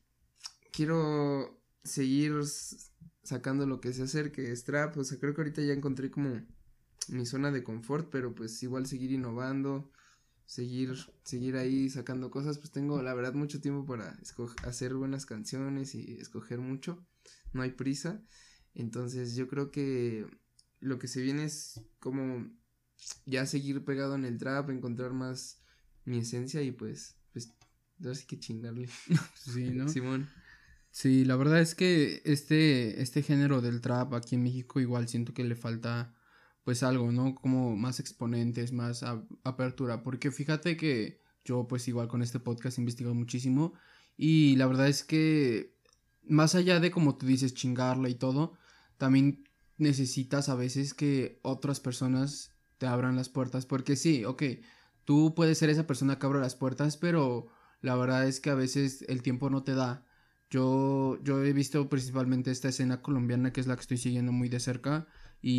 C: quiero seguir s- sacando lo que sé hacer, que es trap, o sea, creo que ahorita ya encontré como mi zona de confort, pero pues igual seguir innovando, seguir, seguir ahí sacando cosas, pues tengo la verdad mucho tiempo para esco- hacer buenas canciones y escoger mucho, no hay prisa, entonces yo creo que lo que se viene es como ya seguir pegado en el trap, encontrar más mi esencia y pues, pues, ahora sí que chingarle.
B: Sí, ¿no?
C: Simón.
B: Sí, la verdad es que este, este género del trap aquí en México igual siento que le falta pues algo, ¿no? Como más exponentes, más a- apertura, porque fíjate que yo pues igual con este podcast he investigado muchísimo y la verdad es que más allá de como tú dices chingarla y todo, también necesitas a veces que otras personas te abran las puertas, porque sí, ok, tú puedes ser esa persona que abre las puertas, pero la verdad es que a veces el tiempo no te da. Yo, yo he visto principalmente esta escena colombiana que es la que estoy siguiendo muy de cerca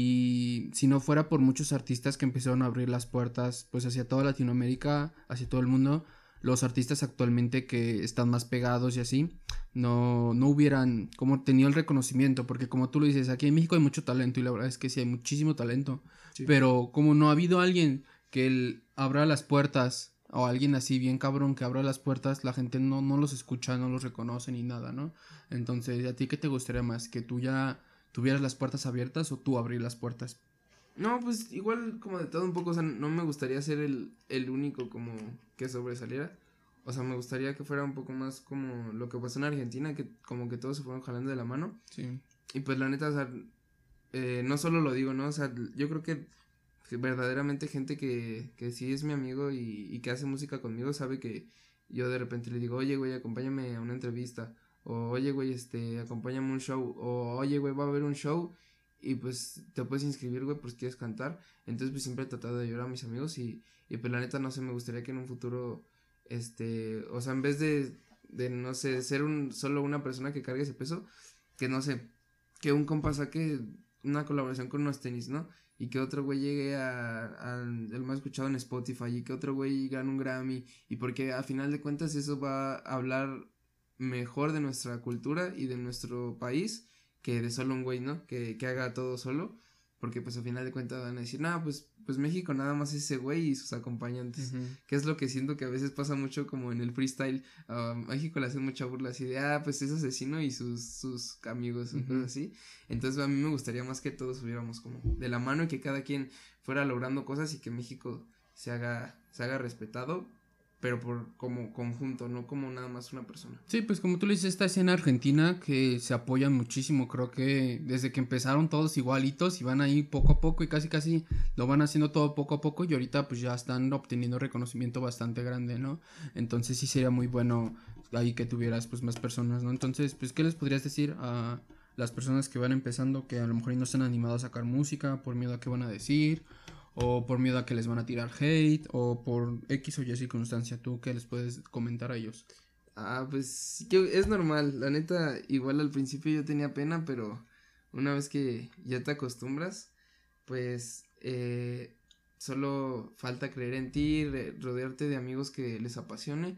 B: y si no fuera por muchos artistas que empezaron a abrir las puertas pues hacia toda Latinoamérica, hacia todo el mundo, los artistas actualmente que están más pegados y así, no, no hubieran como tenido el reconocimiento, porque como tú lo dices, aquí en México hay mucho talento y la verdad es que sí hay muchísimo talento,
C: Sí.
B: pero como no ha habido alguien que él abra las puertas o alguien así bien cabrón que abra las puertas, la gente no, no los escucha, no los reconoce ni nada, ¿no? Entonces, ¿a ti qué te gustaría más? ¿Que tú ya tuvieras las puertas abiertas o tú abrir las puertas?
C: No, pues igual como de todo un poco, o sea, no me gustaría ser el, el único como que sobresaliera. O sea, me gustaría que fuera un poco más como lo que pasó en Argentina, que como que todos se fueron jalando de la mano.
B: Sí.
C: Y pues la neta, o sea, eh, no solo lo digo, ¿no? O sea, yo creo que, que verdaderamente gente que, que sí es mi amigo y, y que hace música conmigo sabe que yo de repente le digo, oye, güey, acompáñame a una entrevista. O, oye, güey, este, acompáñame a un show. O, oye, güey, va a haber un show y pues te puedes inscribir, güey, pues quieres cantar. Entonces, pues siempre he tratado de ayudar a mis amigos y, y pues la neta, no sé, me gustaría que en un futuro, este, o sea, en vez de, de no sé, ser un solo una persona que cargue ese peso, que no sé, que un compa saque una colaboración con unos tenis, ¿no? Y que otro güey llegue a, a el más escuchado en Spotify y que otro güey gane un Grammy y porque a final de cuentas eso va a hablar mejor de nuestra cultura y de nuestro país que de solo un güey, ¿no? Que, que haga todo solo, porque pues a final de cuentas van a decir, no, pues, pues México nada más es ese güey y sus acompañantes,
B: Uh-huh.
C: que es lo que siento que a veces pasa mucho como en el freestyle, a México le hacen mucha burla así de, ah, pues es asesino y sus, sus amigos, uh-huh. Cosas así, entonces a mí me gustaría más que todos hubiéramos como de la mano y que cada quien fuera logrando cosas y que México se haga, se haga respetado, pero por como conjunto, no como nada más una persona.
B: Sí, pues como tú le dices, esta escena argentina que se apoyan muchísimo, creo que desde que empezaron todos igualitos y van ahí poco a poco y casi casi lo van haciendo todo poco a poco y ahorita pues ya están obteniendo reconocimiento bastante grande, ¿no? Entonces sí sería muy bueno ahí que tuvieras pues más personas, ¿no? Entonces, pues ¿qué les podrías decir a las personas que van empezando que a lo mejor no están animadas a sacar música por miedo a qué van a decir? O por miedo a que les van a tirar hate, o por X o Y circunstancia, ¿tú qué les puedes comentar a ellos?
C: Ah, pues yo, es normal, la neta, igual al principio yo tenía pena, pero una vez que ya te acostumbras, pues eh, solo falta creer en ti, re- rodearte de amigos que les apasione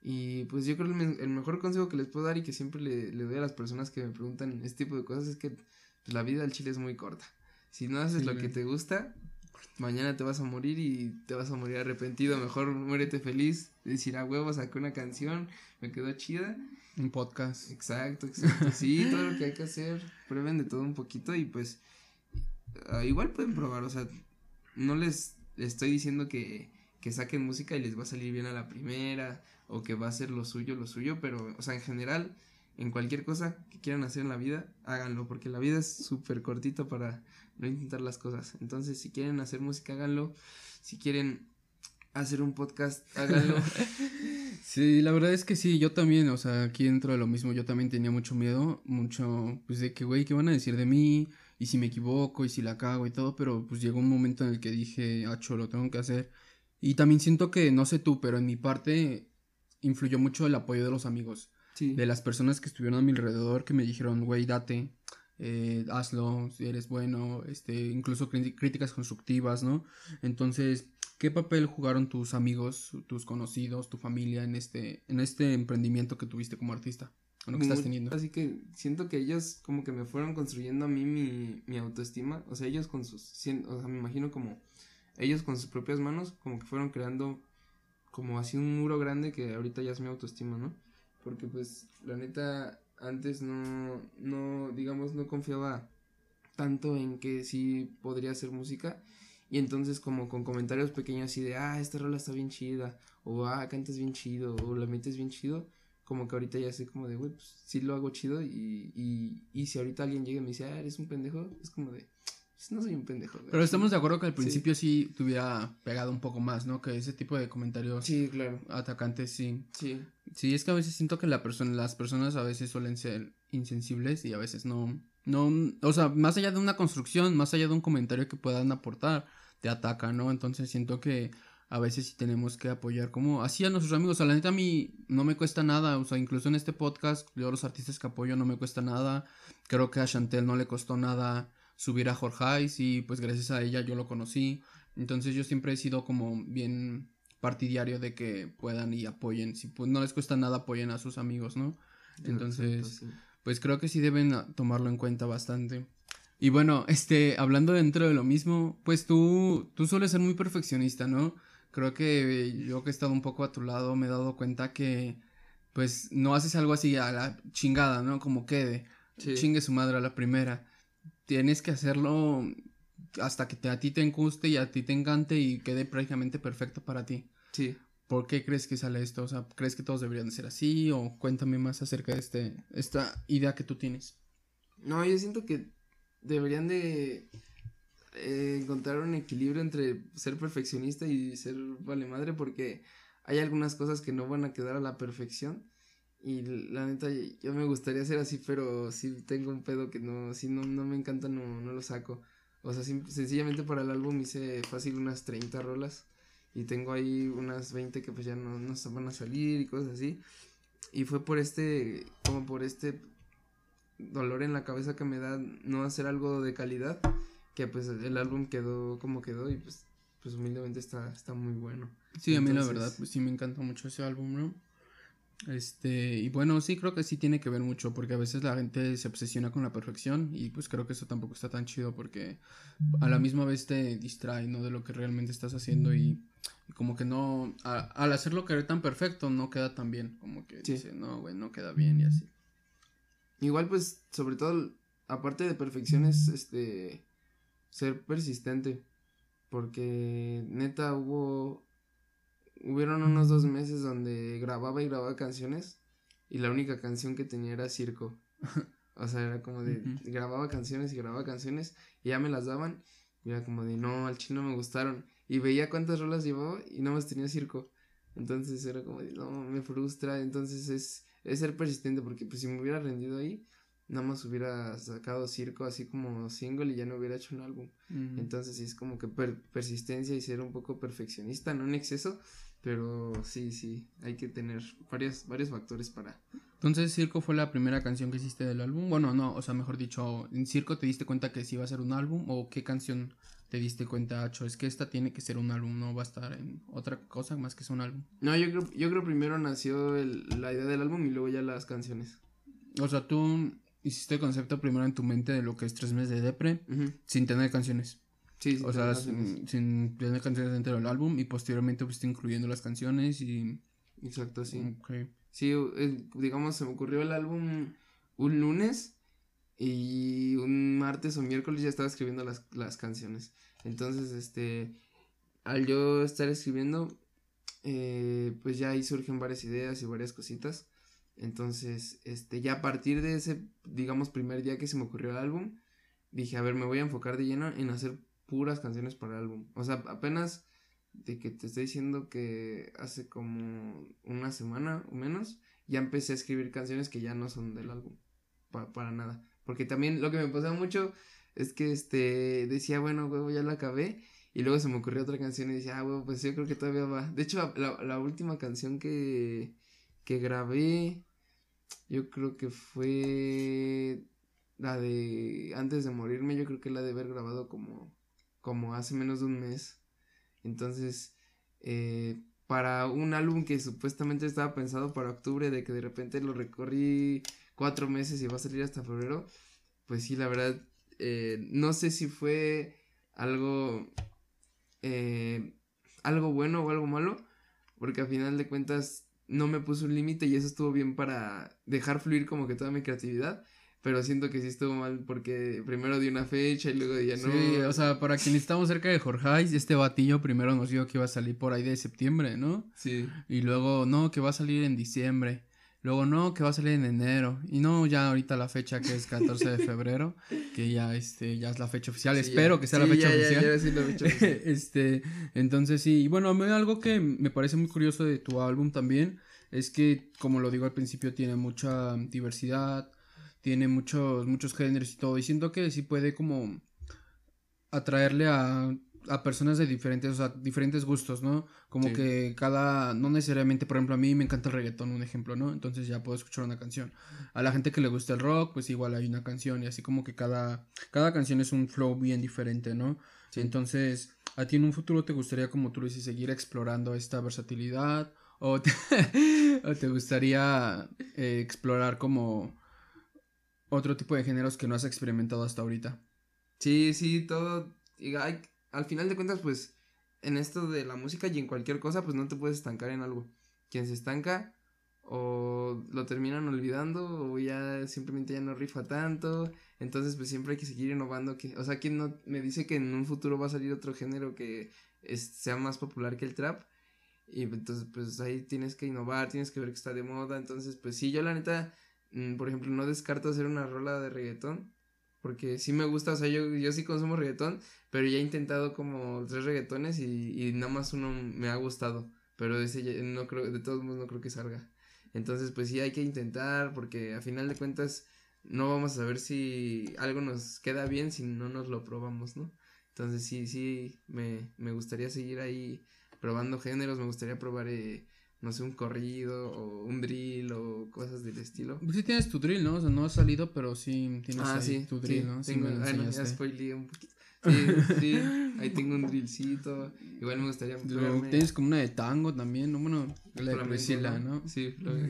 C: Y pues yo creo que el, el mejor consejo que les puedo dar y que siempre le, le doy a las personas que me preguntan este tipo de cosas es que pues, la vida al chile es muy corta. Si no haces
B: Sí,
C: lo
B: güey.
C: que te gusta, mañana te vas a morir y te vas a morir arrepentido. Mejor muérete feliz, decir a huevo, saqué una canción, me quedó chida.
B: Un podcast.
C: Exacto, exacto. Sí, todo lo que hay que hacer, prueben de todo un poquito y pues uh, igual pueden probar, o sea, no les estoy diciendo que, que saquen música y les va a salir bien a la primera o que va a ser lo suyo, lo suyo, pero, o sea, en general, en cualquier cosa que quieran hacer en la vida, háganlo, porque la vida es súper cortita para no intentar las cosas. Entonces, si quieren hacer música, háganlo. Si quieren hacer un podcast, háganlo.
B: Sí, la verdad es que sí, yo también, o sea, aquí dentro de lo mismo, yo también tenía mucho miedo, mucho, pues de que, güey, ¿qué van a decir de mí? Y si me equivoco, y si la cago y todo, pero pues llegó un momento en el que dije, acho, lo tengo que hacer. Y también siento que, no sé tú, pero en mi parte influyó mucho el apoyo de los amigos,
C: Sí.
B: de las personas que estuvieron a mi alrededor, que me dijeron, güey, date, eh, hazlo, si eres bueno, este, incluso cri- críticas constructivas, ¿no? Entonces, ¿qué papel jugaron tus amigos, tus conocidos, tu familia en este, en este emprendimiento que tuviste como artista? ¿O lo que estás
C: Muy-
B: teniendo?
C: Así que siento que ellos como que me fueron construyendo a mí mi, mi autoestima, o sea, ellos con sus, sien- o sea, me imagino como ellos con sus propias manos como que fueron creando como así un muro grande que ahorita ya es mi autoestima, ¿no? Porque pues la neta antes no, no, digamos, no confiaba tanto en que sí podría hacer música y entonces como con comentarios pequeños así de, ah, esta rola está bien chida, o ah, cantas bien chido, o la metes bien chido, como que ahorita ya sé como de, güey, pues sí lo hago chido y, y, y si ahorita alguien llega y me dice, ah, eres un pendejo, es como de, pues no soy un pendejo, güey.
B: Pero estamos de acuerdo que al
C: Sí.
B: principio sí, te hubiera pegado un poco más, ¿no? Que ese tipo de comentarios
C: Sí, claro,
B: atacantes sí.
C: sí,
B: Sí, es que a veces siento que la persona, las personas a veces suelen ser insensibles y a veces no, no, o sea, más allá de una construcción, más allá de un comentario que puedan aportar, te atacan, ¿no? Entonces siento que a veces sí tenemos que apoyar como así a nuestros amigos. O sea, la neta a mí no me cuesta nada, o sea, incluso en este podcast, yo los artistas que apoyo no me cuesta nada. Creo que a Chantel no le costó nada subir a Jorgeis y pues gracias a ella yo lo conocí. Entonces yo siempre he sido como bien partidario de que puedan y apoyen, si pues no les cuesta nada apoyen a sus amigos, ¿no? Entonces,
C: exacto, sí.
B: pues creo que sí deben a- tomarlo en cuenta bastante. Y bueno, este, hablando dentro de lo mismo, pues tú, tú sueles ser muy perfeccionista, ¿no? Creo que eh, yo que he estado un poco a tu lado me he dado cuenta que, pues, no haces algo así a la chingada, ¿no? Como quede,
C: Sí.
B: chingue su madre a la primera. Tienes que hacerlo hasta que te, a ti te guste y a ti te encante y quede prácticamente perfecto para ti.
C: Sí.
B: ¿Por qué crees que sale esto? O sea, ¿crees que todos deberían de ser así? O cuéntame más acerca de este, esta idea que tú tienes.
C: No, yo siento que deberían de eh, encontrar un equilibrio entre ser perfeccionista y ser vale madre porque hay algunas cosas que no van a quedar a la perfección y la neta yo me gustaría ser así, pero si tengo un pedo que no, si no, no me encanta no, no lo saco. O sea, sim- sencillamente para el álbum hice fácil unas treinta rolas y tengo ahí unas veinte que pues ya no, no se van a salir y cosas así. Y fue por este, como por este dolor en la cabeza que me da no hacer algo de calidad, que pues el álbum quedó como quedó y pues, pues humildemente está, está muy bueno.
B: Sí, a mí la
C: Entonces-
B: verdad, pues sí me encanta mucho ese álbum, ¿no? Este, y bueno, sí creo que sí tiene que ver mucho, porque a veces la gente se obsesiona con la perfección, y pues creo que eso tampoco está tan chido, porque a la misma vez te distrae, ¿no? De lo que realmente estás haciendo, y, y como que no, a- al hacerlo querer tan perfecto, no queda tan bien, como que
C: Sí.
B: dice, no, güey, no queda bien, y así.
C: Igual pues sobre todo aparte de perfección es este ser persistente porque neta hubo hubieron unos dos meses donde grababa y grababa canciones y la única canción que tenía era Circo. O sea, era como de
B: Ujú.
C: grababa canciones y grababa canciones y ya me las daban y era como de no, al chino me gustaron y veía cuántas rolas llevaba y nada más tenía Circo. Entonces era como de no, me frustra, entonces es es ser persistente porque pues si me hubiera rendido ahí nada más hubiera sacado Circo así como single y ya no hubiera hecho un álbum.
B: Ujú.
C: Entonces sí es como que per- persistencia y ser un poco perfeccionista, no en exceso, pero sí, sí, hay que tener varios, varios factores para...
B: Entonces, Circo fue la primera canción que hiciste del álbum. Bueno, no, o sea, mejor dicho, ¿en Circo te diste cuenta que sí iba a ser un álbum? ¿O qué canción te diste cuenta, Acho, es que esta tiene que ser un álbum, no va a estar en otra cosa más que sea un álbum?
C: No, yo creo, yo creo primero nació el, la idea del álbum y luego ya las canciones.
B: O sea, tú hiciste el concepto primero en tu mente de lo que es tres meses de depre,
C: Uh-huh.
B: sin tener canciones.
C: Sí, sí.
B: O sea, sin, sin tener canciones dentro del álbum y posteriormente fuiste incluyendo las canciones y...
C: Exacto, sí.
B: Okay.
C: Sí, eh, digamos, se me ocurrió el álbum un lunes y un martes o miércoles ya estaba escribiendo las, las canciones. Entonces, este, al yo estar escribiendo, eh, pues ya ahí surgen varias ideas y varias cositas. Entonces, este, ya a partir de ese, digamos, primer día que se me ocurrió el álbum, dije, a ver, me voy a enfocar de lleno en hacer puras canciones para el álbum. O sea, apenas de que te estoy diciendo que hace como una semana o menos, ya empecé a escribir canciones que ya no son del álbum, pa- para nada. Porque también lo que me pasaba mucho es que, este, decía, bueno, huevo, ya la acabé, y luego se me ocurrió otra canción y decía, ah, huevo, pues yo creo que todavía va. De hecho, la, la última canción que, que grabé, yo creo que fue la de Antes de morirme, yo creo que la de haber grabado como, como hace menos de un mes. Entonces, eh, para un álbum que supuestamente estaba pensado para octubre, de que de repente lo recorrí cuatro meses y va a salir hasta febrero, pues sí, la verdad, eh, no sé si fue algo, eh, algo bueno o algo malo, porque al final de cuentas no me puso un límite y eso estuvo bien para dejar fluir como que toda mi creatividad. Pero siento que sí estuvo mal porque primero di una fecha y luego ya no.
B: Sí, o sea, para quienes estamos cerca de Jorge, este batillo primero nos dijo que iba a salir por ahí de septiembre, ¿no?
C: Sí.
B: Y luego, no, que va a salir en diciembre. Luego, no, que va a salir en enero. Y no, ya ahorita la fecha que es catorce de febrero, que ya, este, ya es la fecha oficial.
C: Sí,
B: Espero
C: ya.
B: que sea
C: Sí,
B: la fecha
C: ya,
B: oficial.
C: Ya, ya, sí, la fecha oficial.
B: este, entonces sí. Y bueno, a mí algo que me parece muy curioso de tu álbum también es que, como lo digo al principio, tiene mucha diversidad, tiene muchos, muchos géneros y todo. Y siento que sí puede como atraerle a, a personas de diferentes, o sea, diferentes gustos, ¿no? Como
C: Sí.
B: que cada, no necesariamente, por ejemplo, a mí me encanta el reggaetón, un ejemplo, ¿no? Entonces ya puedo escuchar una canción. A la gente que le gusta el rock, pues igual hay una canción y así como que cada, cada canción es un flow bien diferente, ¿no?
C: Sí.
B: Entonces, ¿a ti en un futuro te gustaría, como tú dices, seguir explorando esta versatilidad? ¿O te, o te gustaría eh, explorar como otro tipo de géneros que no has experimentado hasta ahorita?
C: Sí, sí, todo. Y hay, al final de cuentas, pues, en esto de la música y en cualquier cosa, pues no te puedes estancar en algo. Quien se estanca, o lo terminan olvidando, o ya simplemente ya no rifa tanto. Entonces, pues siempre hay que seguir innovando. Que, o sea, quien no me dice que en un futuro va a salir otro género que es, sea más popular que el trap. Y entonces, pues ahí tienes que innovar, tienes que ver que está de moda. Entonces, pues sí, yo la neta, mmm, por ejemplo, no descarto hacer una rola de reggaetón. Porque sí me gusta, o sea, yo, yo sí consumo reggaetón, pero ya he intentado como tres reggaetones y, y nada más uno me ha gustado. Pero ese ya no creo, de todos modos no creo que salga. Entonces, pues sí hay que intentar, porque a final de cuentas no vamos a saber si algo nos queda bien si no nos lo probamos, ¿no? Entonces sí, sí, me, me gustaría seguir ahí probando géneros, me gustaría probar, eh, no sé, un corrido o un drill o cosas del estilo.
B: Pues sí tienes tu drill, ¿no? O sea, no has salido, pero sí tienes
C: Ah,
B: ahí
C: sí,
B: tu drill,
C: sí,
B: ¿no? Sí
C: tengo,
B: me lo
C: bueno, ya
B: enseñaste.
C: spoileé un poquito. Sí, sí, ahí tengo un drillcito, igual me gustaría
B: Luego
C: probarme
B: tienes como una de tango también, ¿no? Bueno, la de
C: flamenco,
B: Priscila, ¿no?
C: Sí, flamenco.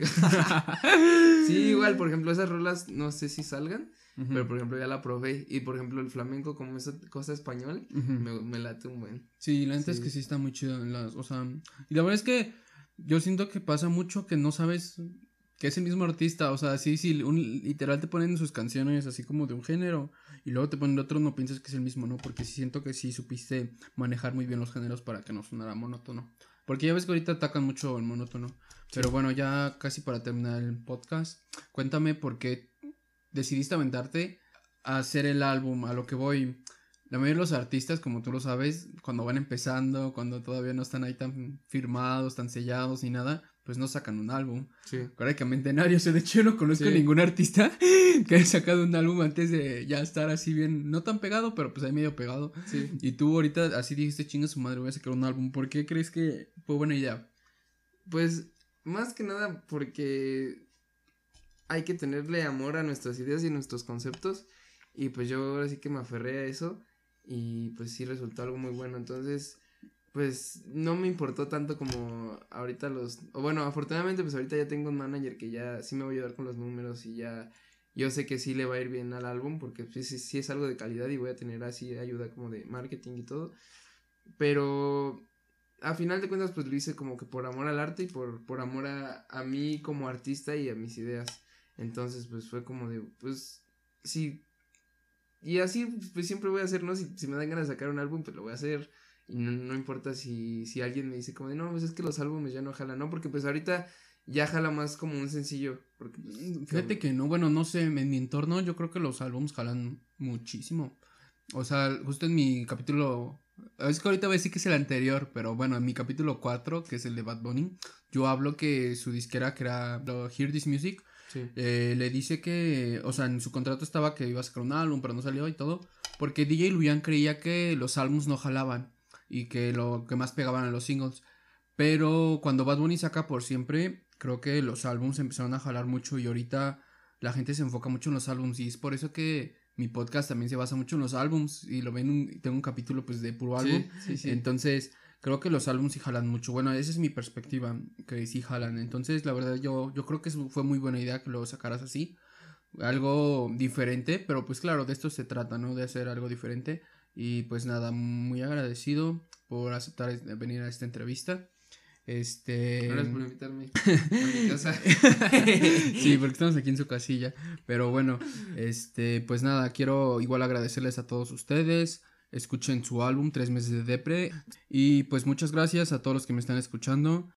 C: Sí, igual, por ejemplo, esas rolas no sé si salgan,
B: Ujú,
C: pero por ejemplo ya la probé y por ejemplo el flamenco como esa cosa español,
B: ujú.
C: me, me late un buen.
B: Sí, la neta es
C: Sí.
B: que sí está muy chido en las, o sea, y la verdad es que yo siento que pasa mucho que no sabes que es el mismo artista, o sea, sí, sí, un, literal te ponen sus canciones así como de un género y luego te ponen de otro, no piensas que es el mismo, ¿no? Porque sí siento que sí supiste manejar muy bien los géneros para que no sonara monótono. Porque ya ves que ahorita atacan mucho el monótono. Pero bueno, ya casi para terminar el podcast, cuéntame por qué decidiste aventarte a hacer el álbum. A lo que voy, la mayoría de los artistas, como tú lo sabes, cuando van empezando, cuando todavía no están ahí tan firmados, tan sellados ni nada, pues no sacan un álbum.
C: Sí.
B: Correctamente nadie, o sea, de hecho yo no conozco
C: Sí.
B: ningún artista que haya sacado un álbum antes de ya estar así bien, no tan pegado, pero pues ahí medio pegado.
C: Sí.
B: Y tú ahorita así dijiste, chinga su madre, voy a sacar un álbum. ¿Por qué crees que fue buena idea?
C: Pues más que nada porque hay que tenerle amor a nuestras ideas y nuestros conceptos y pues yo ahora sí que me aferré a eso y pues sí resultó algo muy bueno, entonces pues no me importó tanto como ahorita los, o bueno, afortunadamente pues ahorita ya tengo un manager que ya sí me va a ayudar con los números y ya yo sé que sí le va a ir bien al álbum porque pues sí, sí es algo de calidad y voy a tener así ayuda como de marketing y todo, pero a final de cuentas pues lo hice como que por amor al arte y por, por amor a, a mí como artista y a mis ideas, entonces pues fue como de pues sí, y así pues siempre voy a hacer, ¿no? Si, si me dan ganas de sacar un álbum pues lo voy a hacer. Y no, no importa si, si alguien me dice como de, no, pues es que los álbumes ya no jalan, ¿no? Porque pues ahorita ya jala más como un sencillo. Porque, pues,
B: Fíjate que no, bueno, no sé, en mi entorno yo creo que los álbums jalan muchísimo. O sea, justo en mi capítulo, es que ahorita voy a decir que es el anterior, pero bueno, en mi capítulo cuatro, que es el de Bad Bunny, yo hablo que su disquera, que era Hear This Music,
C: sí.
B: eh, le dice que, o sea, en su contrato estaba que iba a sacar un álbum, pero no salió y todo, porque D J Luyan creía que los álbums no jalaban y que lo que más pegaban a los singles. Pero cuando Bad Bunny saca Por Siempre, creo que los álbums empezaron a jalar mucho y ahorita la gente se enfoca mucho en los álbums y es por eso que mi podcast también se basa mucho en los álbums y lo ven, un, tengo un capítulo pues de puro álbum.
C: Sí, sí, sí.
B: Entonces creo que los álbums sí jalan mucho. Bueno, esa es mi perspectiva, que sí jalan. Entonces la verdad yo, yo creo que fue muy buena idea que lo sacaras así. Algo diferente, pero pues claro, de esto se trata, ¿no? De hacer algo diferente. Y pues nada, muy agradecido por aceptar venir a esta entrevista. Este.
C: Gracias por invitarme a mi casa.
B: Sí, porque estamos aquí en su casilla. Pero bueno, este, pues nada, quiero igual agradecerles a todos ustedes. Escuchen su álbum, Tres Meses de Depre. Y pues muchas gracias a todos los que me están escuchando.